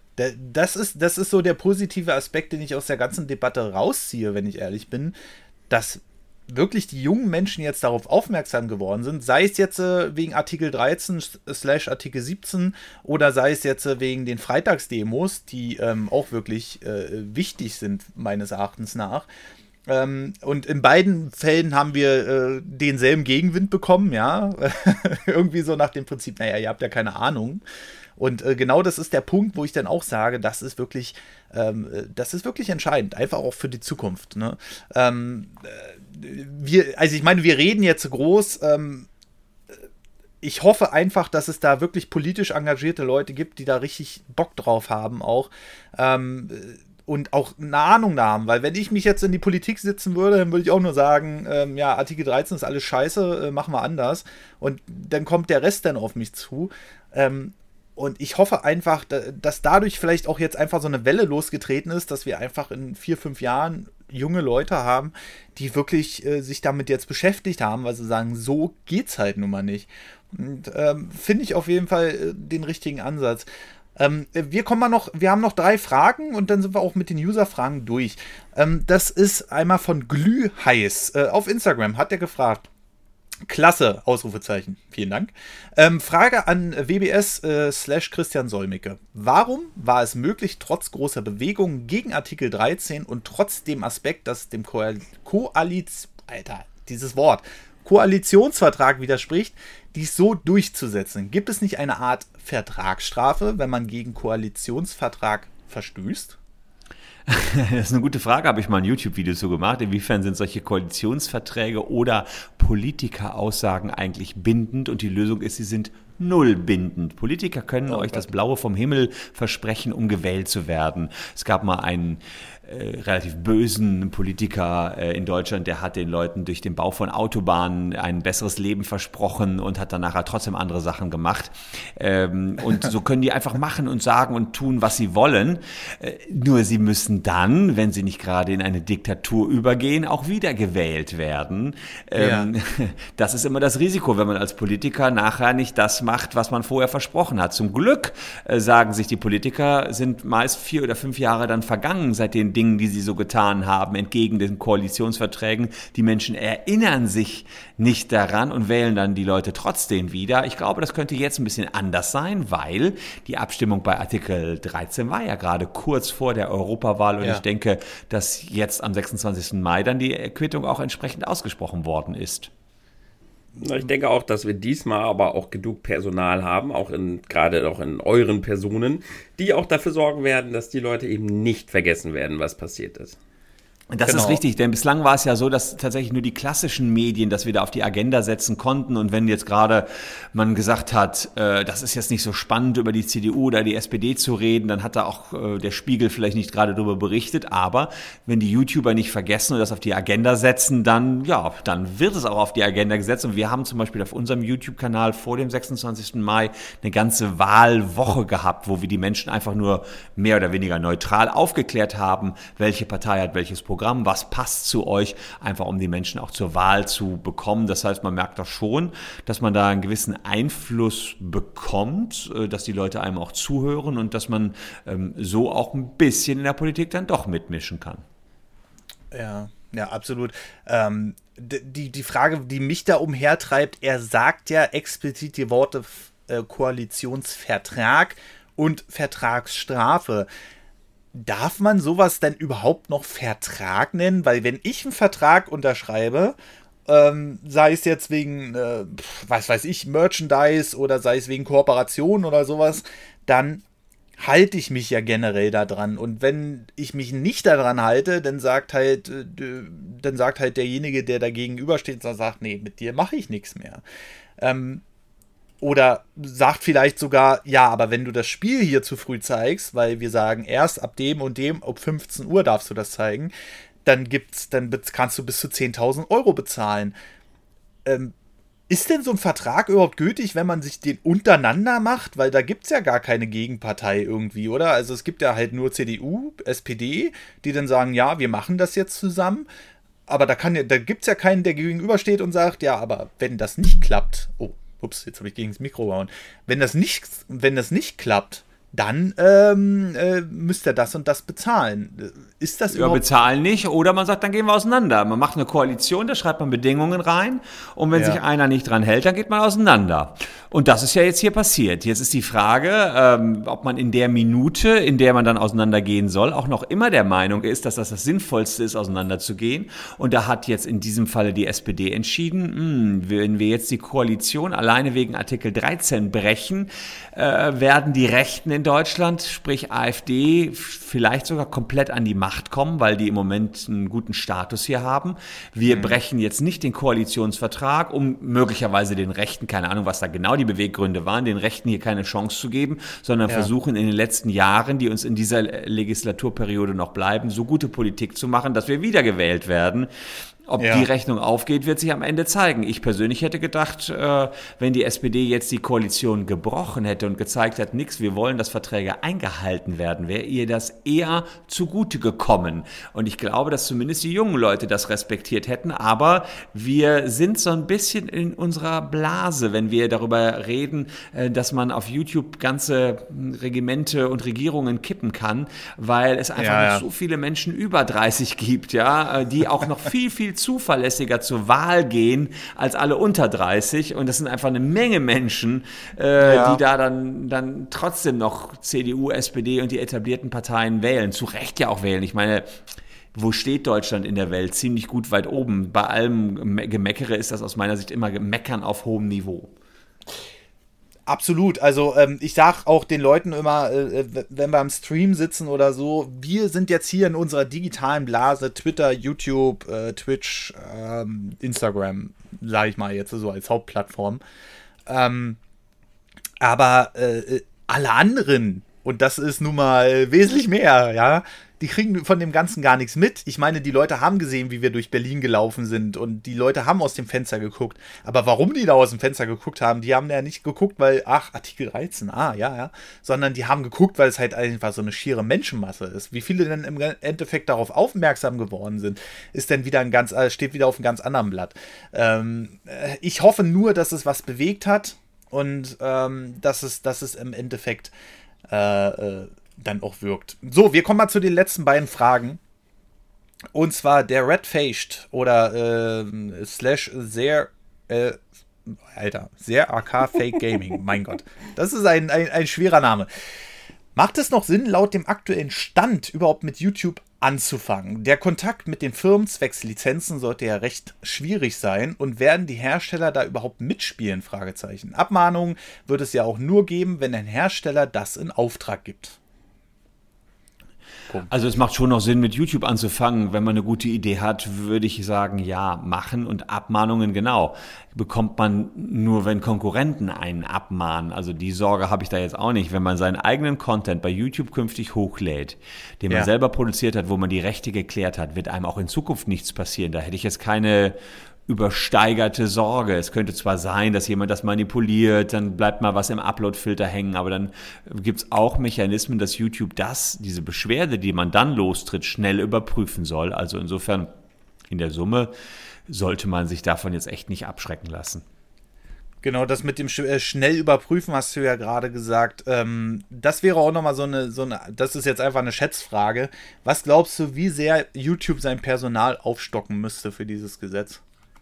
Das ist, das ist so der positive Aspekt, den ich aus der ganzen Debatte rausziehe, wenn ich ehrlich bin, dass wirklich die jungen Menschen jetzt darauf aufmerksam geworden sind, sei es jetzt äh, wegen Artikel dreizehn slash Artikel siebzehn oder sei es jetzt äh, wegen den Freitagsdemos, die ähm, auch wirklich äh, wichtig sind, meines Erachtens nach. Ähm, und in beiden Fällen haben wir äh, denselben Gegenwind bekommen, ja, irgendwie so nach dem Prinzip, naja, ihr habt ja keine Ahnung. Und äh, genau das ist der Punkt, wo ich dann auch sage, das ist wirklich, ähm, das ist wirklich entscheidend, einfach auch für die Zukunft. Ne? Ähm, wir, also ich meine, wir reden jetzt groß. Ähm, ich hoffe einfach, dass es da wirklich politisch engagierte Leute gibt, die da richtig Bock drauf haben auch. Ähm, und auch eine Ahnung haben, weil wenn ich mich jetzt in die Politik sitzen würde, dann würde ich auch nur sagen, ähm, ja, Artikel dreizehn ist alles scheiße, äh, machen wir anders. Und dann kommt der Rest dann auf mich zu. Ähm, Und ich hoffe einfach, dass dadurch vielleicht auch jetzt einfach so eine Welle losgetreten ist, dass wir einfach in vier, fünf Jahren junge Leute haben, die wirklich äh, sich damit jetzt beschäftigt haben, weil sie sagen, so geht's halt nun mal nicht. Und ähm, finde ich auf jeden Fall äh, den richtigen Ansatz. Ähm, wir kommen mal noch, wir haben noch drei Fragen und dann sind wir auch mit den User-Fragen durch. Ähm, das ist einmal von Glühheiß. Äh, auf Instagram hat er gefragt. Klasse, Ausrufezeichen. Vielen Dank. Ähm, Frage an W B S äh, slash Christian Solmecke. Warum war es möglich, trotz großer Bewegungen gegen Artikel dreizehn und trotz dem Aspekt, dass dem Koal- Koaliz... Alter, dieses Wort... Koalitionsvertrag widerspricht, dies so durchzusetzen? Gibt es nicht eine Art Vertragsstrafe, wenn man gegen Koalitionsvertrag verstößt? Das ist eine gute Frage, habe ich mal ein YouTube-Video zu gemacht. Inwiefern sind solche Koalitionsverträge oder Politikeraussagen eigentlich bindend? Und die Lösung ist, sie sind null bindend. Politiker können Oh euch Gott. das Blaue vom Himmel versprechen, um gewählt zu werden. Es gab mal einen äh, relativ bösen Politiker äh, in Deutschland, der hat den Leuten durch den Bau von Autobahnen ein besseres Leben versprochen und hat dann nachher trotzdem andere Sachen gemacht. Ähm, und so können die einfach machen und sagen und tun, was sie wollen. Äh, nur sie müssen dann, wenn sie nicht gerade in eine Diktatur übergehen, auch wieder gewählt werden. Ähm, ja. Das ist immer das Risiko, wenn man als Politiker nachher nicht das macht, was man vorher versprochen hat. Zum Glück, äh, sagen sich die Politiker, sind meist vier oder fünf Jahre dann vergangen seit den Dingen, die sie so getan haben, entgegen den Koalitionsverträgen. Die Menschen erinnern sich nicht daran und wählen dann die Leute trotzdem wieder. Ich glaube, das könnte jetzt ein bisschen anders sein, weil die Abstimmung bei Artikel dreizehn war ja gerade kurz vor der Europawahl und ja. ich denke, dass jetzt am sechsundzwanzigsten Mai dann die Quittung auch entsprechend ausgesprochen worden ist. Ich denke auch, dass wir diesmal aber auch genug Personal haben, auch in, gerade auch in euren Personen, die auch dafür sorgen werden, dass die Leute eben nicht vergessen werden, was passiert ist. Das genau. ist richtig, denn bislang war es ja so, dass tatsächlich nur die klassischen Medien das wieder auf die Agenda setzen konnten. Und wenn jetzt gerade man gesagt hat, äh, das ist jetzt nicht so spannend, über die C D U oder die S P D zu reden, dann hat da auch äh, der Spiegel vielleicht nicht gerade darüber berichtet. Aber wenn die YouTuber nicht vergessen und das auf die Agenda setzen, dann, ja, dann wird es auch auf die Agenda gesetzt. Und wir haben zum Beispiel auf unserem YouTube-Kanal vor dem sechsundzwanzigsten Mai eine ganze Wahlwoche gehabt, wo wir die Menschen einfach nur mehr oder weniger neutral aufgeklärt haben, welche Partei hat welches Programm. Programm, was passt zu euch, einfach um die Menschen auch zur Wahl zu bekommen. Das heißt, man merkt doch schon, dass man da einen gewissen Einfluss bekommt, dass die Leute einem auch zuhören und dass man ähm, so auch ein bisschen in der Politik dann doch mitmischen kann. Ja, ja, absolut. Ähm, die, die Frage, die mich da umhertreibt, er sagt ja explizit die Worte äh, Koalitionsvertrag und Vertragsstrafe. Darf man sowas denn überhaupt noch Vertrag nennen? Weil wenn ich einen Vertrag unterschreibe, ähm, sei es jetzt wegen, äh, was weiß ich, Merchandise oder sei es wegen Kooperation oder sowas, dann halte ich mich ja generell da dran. Und wenn ich mich nicht daran halte, dann sagt halt, äh, dann sagt halt derjenige, der da gegenübersteht, sagt, nee, mit dir mache ich nichts mehr. Ähm, Oder sagt vielleicht sogar, ja, aber wenn du das Spiel hier zu früh zeigst, weil wir sagen, erst ab dem und dem, ab fünfzehn Uhr darfst du das zeigen, dann gibt's, dann kannst du bis zu zehntausend Euro bezahlen. Ähm, ist denn so ein Vertrag überhaupt gültig, wenn man sich den untereinander macht? Weil da gibt's ja gar keine Gegenpartei irgendwie, oder? Also es gibt ja halt nur C D U, S P D, die dann sagen, ja, wir machen das jetzt zusammen. Aber da kann ja, da gibt's ja keinen, der gegenübersteht und sagt, ja, aber wenn das nicht klappt, oh, ups, jetzt habe ich gegen das Mikro gehauen. Wenn das nicht, wenn das nicht klappt, dann ähm, äh, müsst ihr das und das bezahlen. Ist das ja, überhaupt... bezahlen nicht, oder man sagt, dann gehen wir auseinander. Man macht eine Koalition, da schreibt man Bedingungen rein und wenn Ja. sich einer nicht dran hält, dann geht man auseinander. Und das ist ja jetzt hier passiert. Jetzt ist die Frage, ähm, ob man in der Minute, in der man dann auseinandergehen soll, auch noch immer der Meinung ist, dass das das Sinnvollste ist, auseinanderzugehen. Und da hat jetzt in diesem Falle die S P D entschieden, mh, wenn wir jetzt die Koalition alleine wegen Artikel dreizehn brechen, äh, werden die Rechten in Deutschland, sprich AfD, vielleicht sogar komplett an die Macht kommen, weil die im Moment einen guten Status hier haben. Wir mhm. brechen jetzt nicht den Koalitionsvertrag, um möglicherweise den Rechten, keine Ahnung, was da genau die Beweggründe waren, den Rechten hier keine Chance zu geben, sondern ja. versuchen in den letzten Jahren, die uns in dieser Legislaturperiode noch bleiben, so gute Politik zu machen, dass wir wiedergewählt werden. Ob ja. die Rechnung aufgeht, wird sich am Ende zeigen. Ich persönlich hätte gedacht, äh, wenn die S P D jetzt die Koalition gebrochen hätte und gezeigt hat, nix, wir wollen, dass Verträge eingehalten werden, wäre ihr das eher zugute gekommen. Und ich glaube, dass zumindest die jungen Leute das respektiert hätten. Aber wir sind so ein bisschen in unserer Blase, wenn wir darüber reden, äh, dass man auf YouTube ganze Regimente und Regierungen kippen kann, weil es einfach ja, noch ja. so viele Menschen über dreißig gibt, ja, die auch noch viel, viel zuverlässiger zur Wahl gehen als alle unter dreißig und das sind einfach eine Menge Menschen, äh, ja. die da dann, dann trotzdem noch C D U, S P D und die etablierten Parteien wählen, zu Recht ja auch wählen. Ich meine, wo steht Deutschland in der Welt? Ziemlich gut weit oben. Bei allem Gemeckere ist das aus meiner Sicht immer Meckern auf hohem Niveau. Absolut, also ähm, ich sag auch den Leuten immer, äh, wenn wir am Stream sitzen oder so, wir sind jetzt hier in unserer digitalen Blase, Twitter, YouTube, äh, Twitch, ähm, Instagram, sage ich mal jetzt so als Hauptplattform. Ähm, Aber äh, alle anderen, und das ist nun mal wesentlich mehr, ja, die kriegen von dem Ganzen gar nichts mit. Ich meine, die Leute haben gesehen, wie wir durch Berlin gelaufen sind und die Leute haben aus dem Fenster geguckt. Aber warum die da aus dem Fenster geguckt haben, die haben ja nicht geguckt, weil, ach, Artikel dreizehn, ah, ja, ja, sondern die haben geguckt, weil es halt einfach so eine schiere Menschenmasse ist. Wie viele denn im Endeffekt darauf aufmerksam geworden sind, ist dann wieder ein ganz, steht wieder auf einem ganz anderen Blatt. Ähm, ich hoffe nur, dass es was bewegt hat und ähm, dass es, dass es im Endeffekt äh, äh, dann auch wirkt. So, wir kommen mal zu den letzten beiden Fragen. Und zwar der Red-Faced oder äh, slash sehr äh, Alter, sehr A K Fake Gaming. Mein Gott. Das ist ein, ein, ein schwerer Name. Macht es noch Sinn, laut dem aktuellen Stand überhaupt mit YouTube anzufangen? Der Kontakt mit den Firmen zwecks Lizenzen sollte ja recht schwierig sein und werden die Hersteller da überhaupt mitspielen? Fragezeichen. Abmahnungen wird es ja auch nur geben, wenn ein Hersteller das in Auftrag gibt. Punkt. Also es macht schon noch Sinn, mit YouTube anzufangen. Wenn man eine gute Idee hat, würde ich sagen, ja, machen. Und Abmahnungen, genau, bekommt man nur, wenn Konkurrenten einen abmahnen. Also die Sorge habe ich da jetzt auch nicht. Wenn man seinen eigenen Content bei YouTube künftig hochlädt, den man ja. selber produziert hat, wo man die Rechte geklärt hat, wird einem auch in Zukunft nichts passieren. Da hätte ich jetzt keine übersteigerte Sorge. Es könnte zwar sein, dass jemand das manipuliert, dann bleibt mal was im Upload-Filter hängen, aber dann gibt es auch Mechanismen, dass YouTube das, diese Beschwerde, die man dann lostritt, schnell überprüfen soll. Also insofern in der Summe sollte man sich davon jetzt echt nicht abschrecken lassen. Genau, das mit dem sch- schnell überprüfen hast du ja gerade gesagt. Ähm, das wäre auch nochmal so eine, so eine, das ist jetzt einfach eine Schätzfrage. Was glaubst du, wie sehr YouTube sein Personal aufstocken müsste für dieses Gesetz?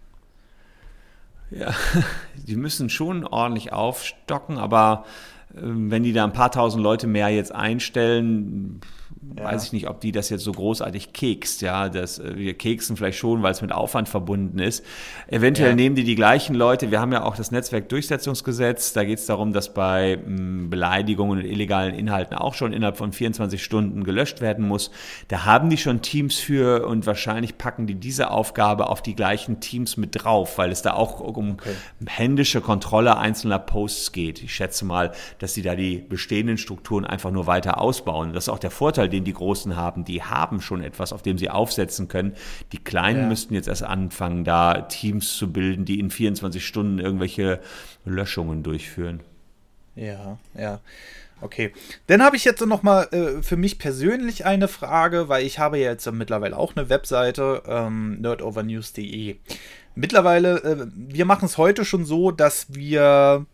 Ja, die müssen schon ordentlich aufstocken, aber äh, wenn die da ein paar tausend Leute mehr jetzt einstellen, ja. weiß ich nicht, ob die das jetzt so großartig kekst. Ja, das, wir keksen vielleicht schon, weil es mit Aufwand verbunden ist. Eventuell ja. nehmen die die gleichen Leute. Wir haben ja auch das Netzwerkdurchsetzungsgesetz. Da geht es darum, dass bei mh, Beleidigungen und illegalen Inhalten auch schon innerhalb von vierundzwanzig Stunden gelöscht werden muss. Da haben die schon Teams für und wahrscheinlich packen die diese Aufgabe auf die gleichen Teams mit drauf, weil es da auch um okay. händische Kontrolle einzelner Posts geht. Ich schätze mal, dass die da die bestehenden Strukturen einfach nur weiter ausbauen. Das ist auch der Vorteil, den die Großen haben. Die haben schon etwas, auf dem sie aufsetzen können. Die Kleinen ja. müssten jetzt erst anfangen, da Teams zu bilden, die in vierundzwanzig Stunden irgendwelche Löschungen durchführen. Ja, ja. Okay. Dann habe ich jetzt noch mal äh, für mich persönlich eine Frage, weil ich habe ja jetzt mittlerweile auch eine Webseite, ähm, nerdovernews punkt de. Mittlerweile, äh, wir machen es heute schon so, dass wir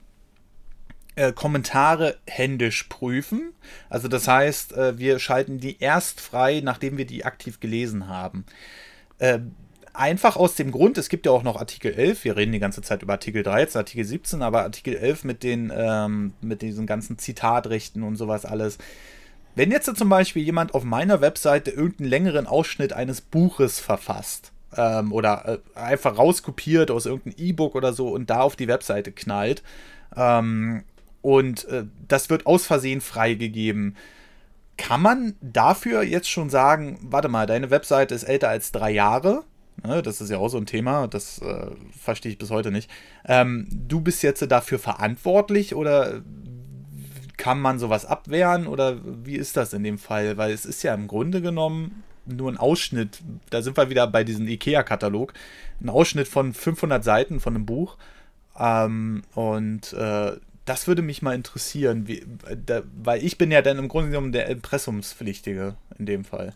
Äh, Kommentare händisch prüfen. Also das heißt, äh, wir schalten die erst frei, nachdem wir die aktiv gelesen haben. Äh, einfach aus dem Grund, es gibt ja auch noch Artikel elf, wir reden die ganze Zeit über Artikel dreizehn, Artikel siebzehn, aber Artikel elf mit den ähm, mit diesen ganzen Zitatrechten und sowas alles. Wenn jetzt zum Beispiel jemand auf meiner Webseite irgendeinen längeren Ausschnitt eines Buches verfasst, ähm, oder äh, einfach rauskopiert aus irgendeinem E-Book oder so und da auf die Webseite knallt, ähm, und äh, das wird aus Versehen freigegeben. Kann man dafür jetzt schon sagen, warte mal, deine Webseite ist älter als drei Jahre? Ne, das ist ja auch so ein Thema, das äh, verstehe ich bis heute nicht. Ähm, du bist jetzt dafür verantwortlich oder kann man sowas abwehren oder wie ist das in dem Fall? Weil es ist ja im Grunde genommen nur ein Ausschnitt, da sind wir wieder bei diesem IKEA-Katalog, ein Ausschnitt von fünfhundert Seiten von einem Buch. Ähm, und äh, das würde mich mal interessieren, wie, da, weil ich bin ja dann im Grunde genommen der Impressumspflichtige in dem Fall.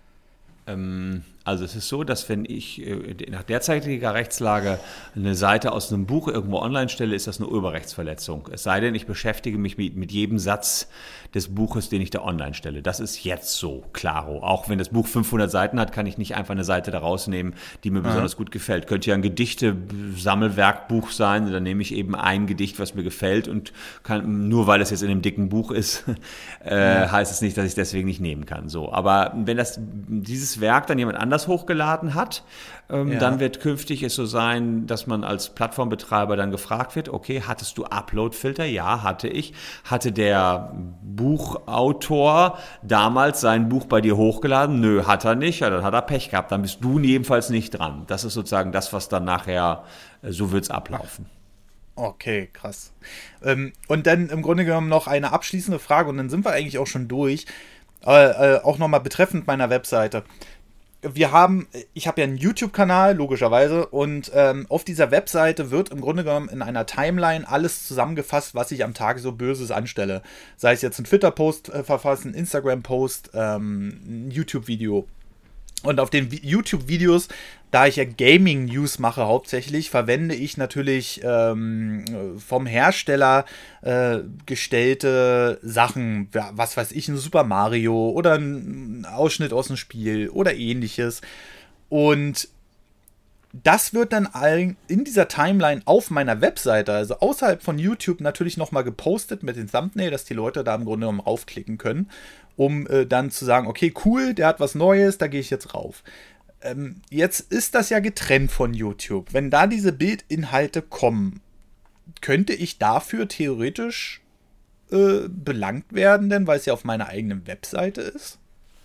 Ähm, also es ist so, dass wenn ich äh, nach derzeitiger Rechtslage eine Seite aus einem Buch irgendwo online stelle, ist das eine Urheberrechtsverletzung. Es sei denn, ich beschäftige mich mit, mit jedem Satz des Buches, den ich da online stelle. Das ist jetzt so, klaro. Auch wenn das Buch fünfhundert Seiten hat, kann ich nicht einfach eine Seite da rausnehmen, die mir mhm. besonders gut gefällt. Könnte ja ein Gedichte-Sammelwerkbuch sein, dann nehme ich eben ein Gedicht, was mir gefällt und kann, nur weil es jetzt in einem dicken Buch ist, äh, mhm. heißt es nicht, dass ich es deswegen nicht nehmen kann. So, aber wenn das dieses Werk dann jemand anders hochgeladen hat, ähm, ja. dann wird künftig es so sein, dass man als Plattformbetreiber dann gefragt wird, okay, hattest du Upload-Filter? Ja, hatte ich. Hatte der Buchautor damals sein Buch bei dir hochgeladen? Nö, hat er nicht. Ja, dann hat er Pech gehabt. Dann bist du jedenfalls nicht dran. Das ist sozusagen das, was dann nachher, so wird es ablaufen. Okay, krass. Ähm, und dann im Grunde genommen noch eine abschließende Frage und dann sind wir eigentlich auch schon durch. Äh, äh, auch nochmal betreffend meiner Webseite. Wir haben, ich habe ja einen YouTube-Kanal, logischerweise, und ähm, auf dieser Webseite wird im Grunde genommen in einer Timeline alles zusammengefasst, was ich am Tag so Böses anstelle. Sei es jetzt ein Twitter-Post äh, verfassen, ein Instagram-Post, ähm, ein YouTube-Video. Und auf den Vi- YouTube-Videos, da ich ja Gaming-News mache hauptsächlich, verwende ich natürlich ähm, vom Hersteller äh, gestellte Sachen, ja, was weiß ich, ein Super Mario oder ein Ausschnitt aus dem Spiel oder ähnliches. Und das wird dann all- in dieser Timeline auf meiner Webseite, also außerhalb von YouTube, natürlich nochmal gepostet mit dem Thumbnail, dass die Leute da im Grunde genommen raufklicken können, um äh, dann zu sagen, okay, cool, der hat was Neues, da gehe ich jetzt rauf. Ähm, jetzt ist das ja getrennt von YouTube. Wenn da diese Bildinhalte kommen, könnte ich dafür theoretisch äh, belangt werden, denn weil es ja auf meiner eigenen Webseite ist?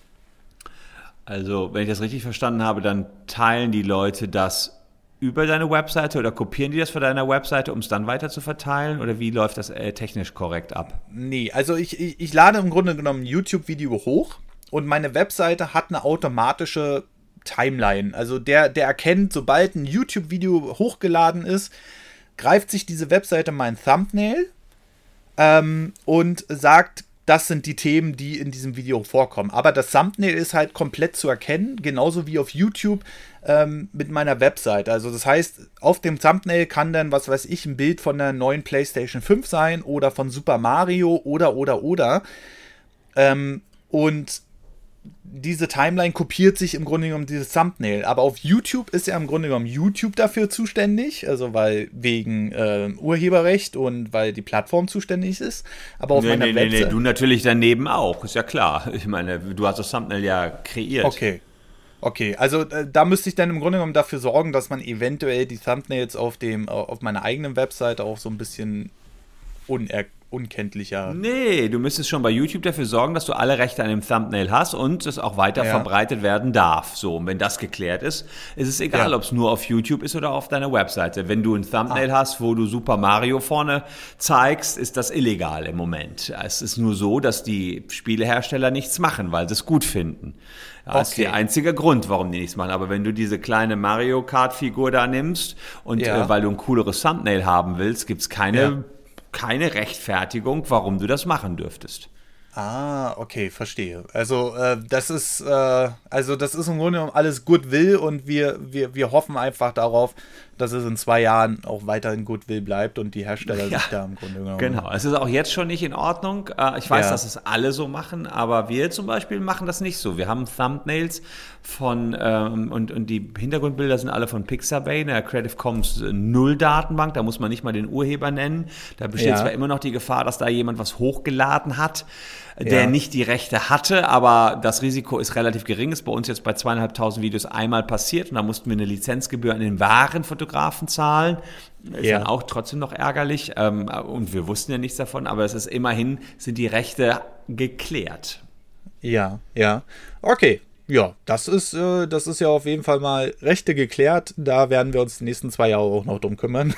Also, wenn ich das richtig verstanden habe, dann teilen die Leute das über deine Webseite oder kopieren die das von deiner Webseite, um es dann weiter zu verteilen? Oder wie läuft das äh, technisch korrekt ab? Nee, also ich, ich, ich lade im Grunde genommen ein YouTube-Video hoch und meine Webseite hat eine automatische Timeline. Also der, der erkennt, sobald ein YouTube-Video hochgeladen ist, greift sich diese Webseite mein Thumbnail ähm, und sagt, das sind die Themen, die in diesem Video vorkommen. Aber das Thumbnail ist halt komplett zu erkennen, genauso wie auf YouTube ähm, mit meiner Webseite. Also das heißt, auf dem Thumbnail kann dann, was weiß ich, ein Bild von der neuen PlayStation fünf sein oder von Super Mario oder, oder, oder. Ähm, und diese Timeline kopiert sich im Grunde genommen dieses Thumbnail. Aber auf YouTube ist ja im Grunde genommen YouTube dafür zuständig, also weil wegen äh, Urheberrecht und weil die Plattform zuständig ist. Aber auf nee, meiner nee, Webseite... Nee, nee, du natürlich daneben auch, ist ja klar. Ich meine, du hast das Thumbnail ja kreiert. Okay. Okay, also äh, da müsste ich dann im Grunde genommen dafür sorgen, dass man eventuell die Thumbnails auf dem, äh, auf meiner eigenen Webseite auch so ein bisschen uner unkenntlicher. Nee, du müsstest schon bei YouTube dafür sorgen, dass du alle Rechte an dem Thumbnail hast und es auch weiter Ja. verbreitet werden darf. So, und wenn das geklärt ist, ist es egal, Ja. ob es nur auf YouTube ist oder auf deiner Webseite. Wenn du ein Thumbnail hast, wo du Super Mario vorne zeigst, ist das illegal im Moment. Es ist nur so, dass die Spielehersteller nichts machen, weil sie es gut finden. Das ist Okay. der einzige Grund, warum die nichts machen. Aber wenn du diese kleine Mario Kart-Figur da nimmst und Ja. äh, weil du ein cooleres Thumbnail haben willst, gibt es keine Ja. keine Rechtfertigung, warum du das machen dürftest. Ah, okay, verstehe. Also äh, das ist äh, also das ist im Grunde genommen alles Goodwill und wir, wir, wir hoffen einfach darauf, dass es in zwei Jahren auch weiterhin Goodwill bleibt und die Hersteller Ja, sich da im Grunde genommen... Genau, es ist auch jetzt schon nicht in Ordnung. Äh, Ich weiß, Ja. dass es alle so machen, aber wir zum Beispiel machen das nicht so. Wir haben Thumbnails von, ähm, und, und die Hintergrundbilder sind alle von Pixabay, einer Creative Commons Null Datenbank, da muss man nicht mal den Urheber nennen. Da besteht Ja. zwar immer noch die Gefahr, dass da jemand was hochgeladen hat, der Ja. nicht die Rechte hatte, aber das Risiko ist relativ gering. Ist bei uns jetzt bei zweieinhalbtausend Videos einmal passiert und da mussten wir eine Lizenzgebühr an den wahren Fotografen zahlen. Ist Ja. dann auch trotzdem noch ärgerlich ähm, und wir wussten ja nichts davon, aber es ist immerhin, sind die Rechte geklärt. Ja, ja. Okay. Ja, das ist, äh, das ist ja auf jeden Fall mal Rechte geklärt. Da werden wir uns die nächsten zwei Jahre auch noch drum kümmern.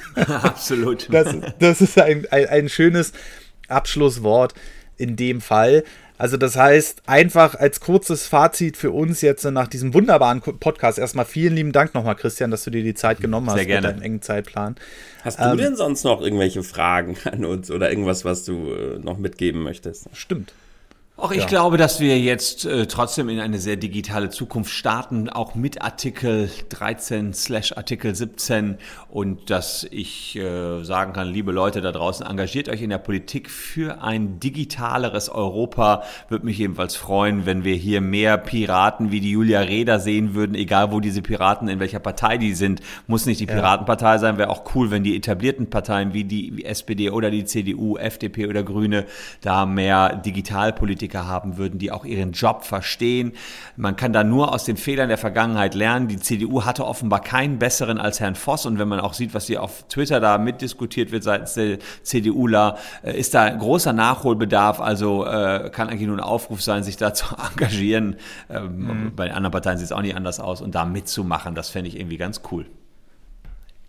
Absolut. Das, das ist ein, ein, ein schönes Abschlusswort in dem Fall. Also das heißt, einfach als kurzes Fazit für uns jetzt nach diesem wunderbaren Podcast erstmal vielen lieben Dank nochmal, Christian, dass du dir die Zeit genommen hast Sehr gerne. mit deinem engen Zeitplan. Hast du Ähm, denn sonst noch irgendwelche Fragen an uns oder irgendwas, was du äh, noch mitgeben möchtest? Stimmt. Auch ich Ja. glaube, dass wir jetzt äh, trotzdem in eine sehr digitale Zukunft starten, auch mit Artikel dreizehn slash Artikel siebzehn und dass ich äh, sagen kann, liebe Leute da draußen, engagiert euch in der Politik für ein digitaleres Europa. Würde mich ebenfalls freuen, wenn wir hier mehr Piraten wie die Julia Reda sehen würden, egal wo diese Piraten, in welcher Partei die sind. Muss nicht die Piratenpartei sein, wäre auch cool, wenn die etablierten Parteien wie die S P D oder die C D U, F D P oder Grüne da mehr Digitalpolitik haben würden, die auch ihren Job verstehen. Man kann da nur aus den Fehlern der Vergangenheit lernen. Die C D U hatte offenbar keinen besseren als Herrn Voss und wenn man auch sieht, was hier auf Twitter da mitdiskutiert wird seitens der CDUler, äh, ist da großer Nachholbedarf. Also äh, kann eigentlich nur ein Aufruf sein, sich da zu engagieren. Ähm, mhm. Bei den anderen Parteien sieht es auch nicht anders aus und da mitzumachen. Das fände ich irgendwie ganz cool.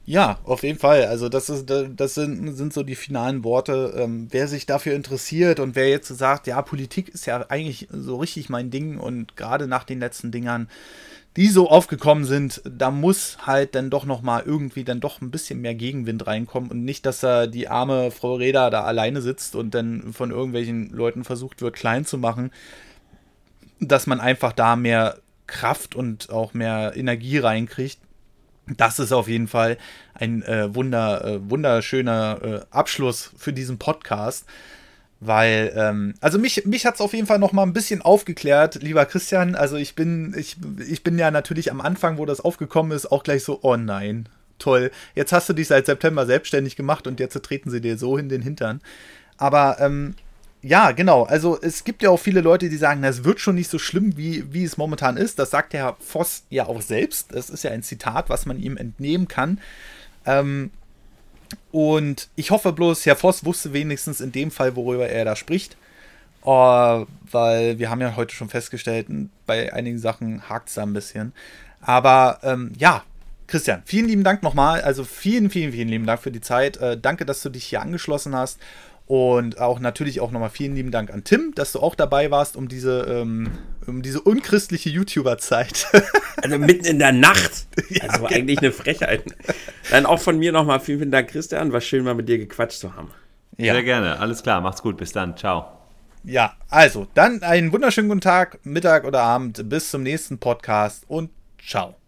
Ja, auf jeden Fall. Also das ist, das sind, sind so die finalen Worte. Ähm, wer sich dafür interessiert und wer jetzt sagt, ja, Politik ist ja eigentlich so richtig mein Ding und gerade nach den letzten Dingern, die so aufgekommen sind, da muss halt dann doch nochmal irgendwie dann doch ein bisschen mehr Gegenwind reinkommen und nicht, dass da die arme Frau Reda da alleine sitzt und dann von irgendwelchen Leuten versucht wird, klein zu machen, dass man einfach da mehr Kraft und auch mehr Energie reinkriegt. Das ist auf jeden Fall ein äh, wunder, äh, wunderschöner äh, Abschluss für diesen Podcast, weil, ähm, also mich, mich hat es auf jeden Fall noch mal ein bisschen aufgeklärt, lieber Christian. Also ich bin, ich, ich bin ja natürlich am Anfang, wo das aufgekommen ist, auch gleich so, oh nein, toll, jetzt hast du dich seit September selbstständig gemacht und jetzt treten sie dir so in den Hintern. Aber, ähm, ja, genau. Also es gibt ja auch viele Leute, die sagen, es wird schon nicht so schlimm, wie, wie es momentan ist. Das sagt der Herr Voss ja auch selbst. Das ist ja ein Zitat, was man ihm entnehmen kann. Ähm, und ich hoffe bloß, Herr Voss wusste wenigstens in dem Fall, worüber er da spricht. Uh, weil wir haben ja heute schon festgestellt, bei einigen Sachen hakt es da ein bisschen. Aber ähm, ja, Christian, vielen lieben Dank nochmal. Also vielen, vielen, vielen lieben Dank für die Zeit. Äh, danke, dass du dich hier angeschlossen hast. Und auch natürlich auch nochmal vielen lieben Dank an Tim, dass du auch dabei warst, um diese, ähm, um diese unchristliche YouTuber-Zeit. Also mitten in der Nacht. Ja, also okay. Eigentlich eine Frechheit. Dann auch von mir nochmal vielen, vielen Dank, Christian. War schön, mal mit dir gequatscht zu haben. Ja. Sehr gerne. Alles klar. Macht's gut. Bis dann. Ciao. Ja, also dann einen wunderschönen guten Tag, Mittag oder Abend. Bis zum nächsten Podcast und ciao.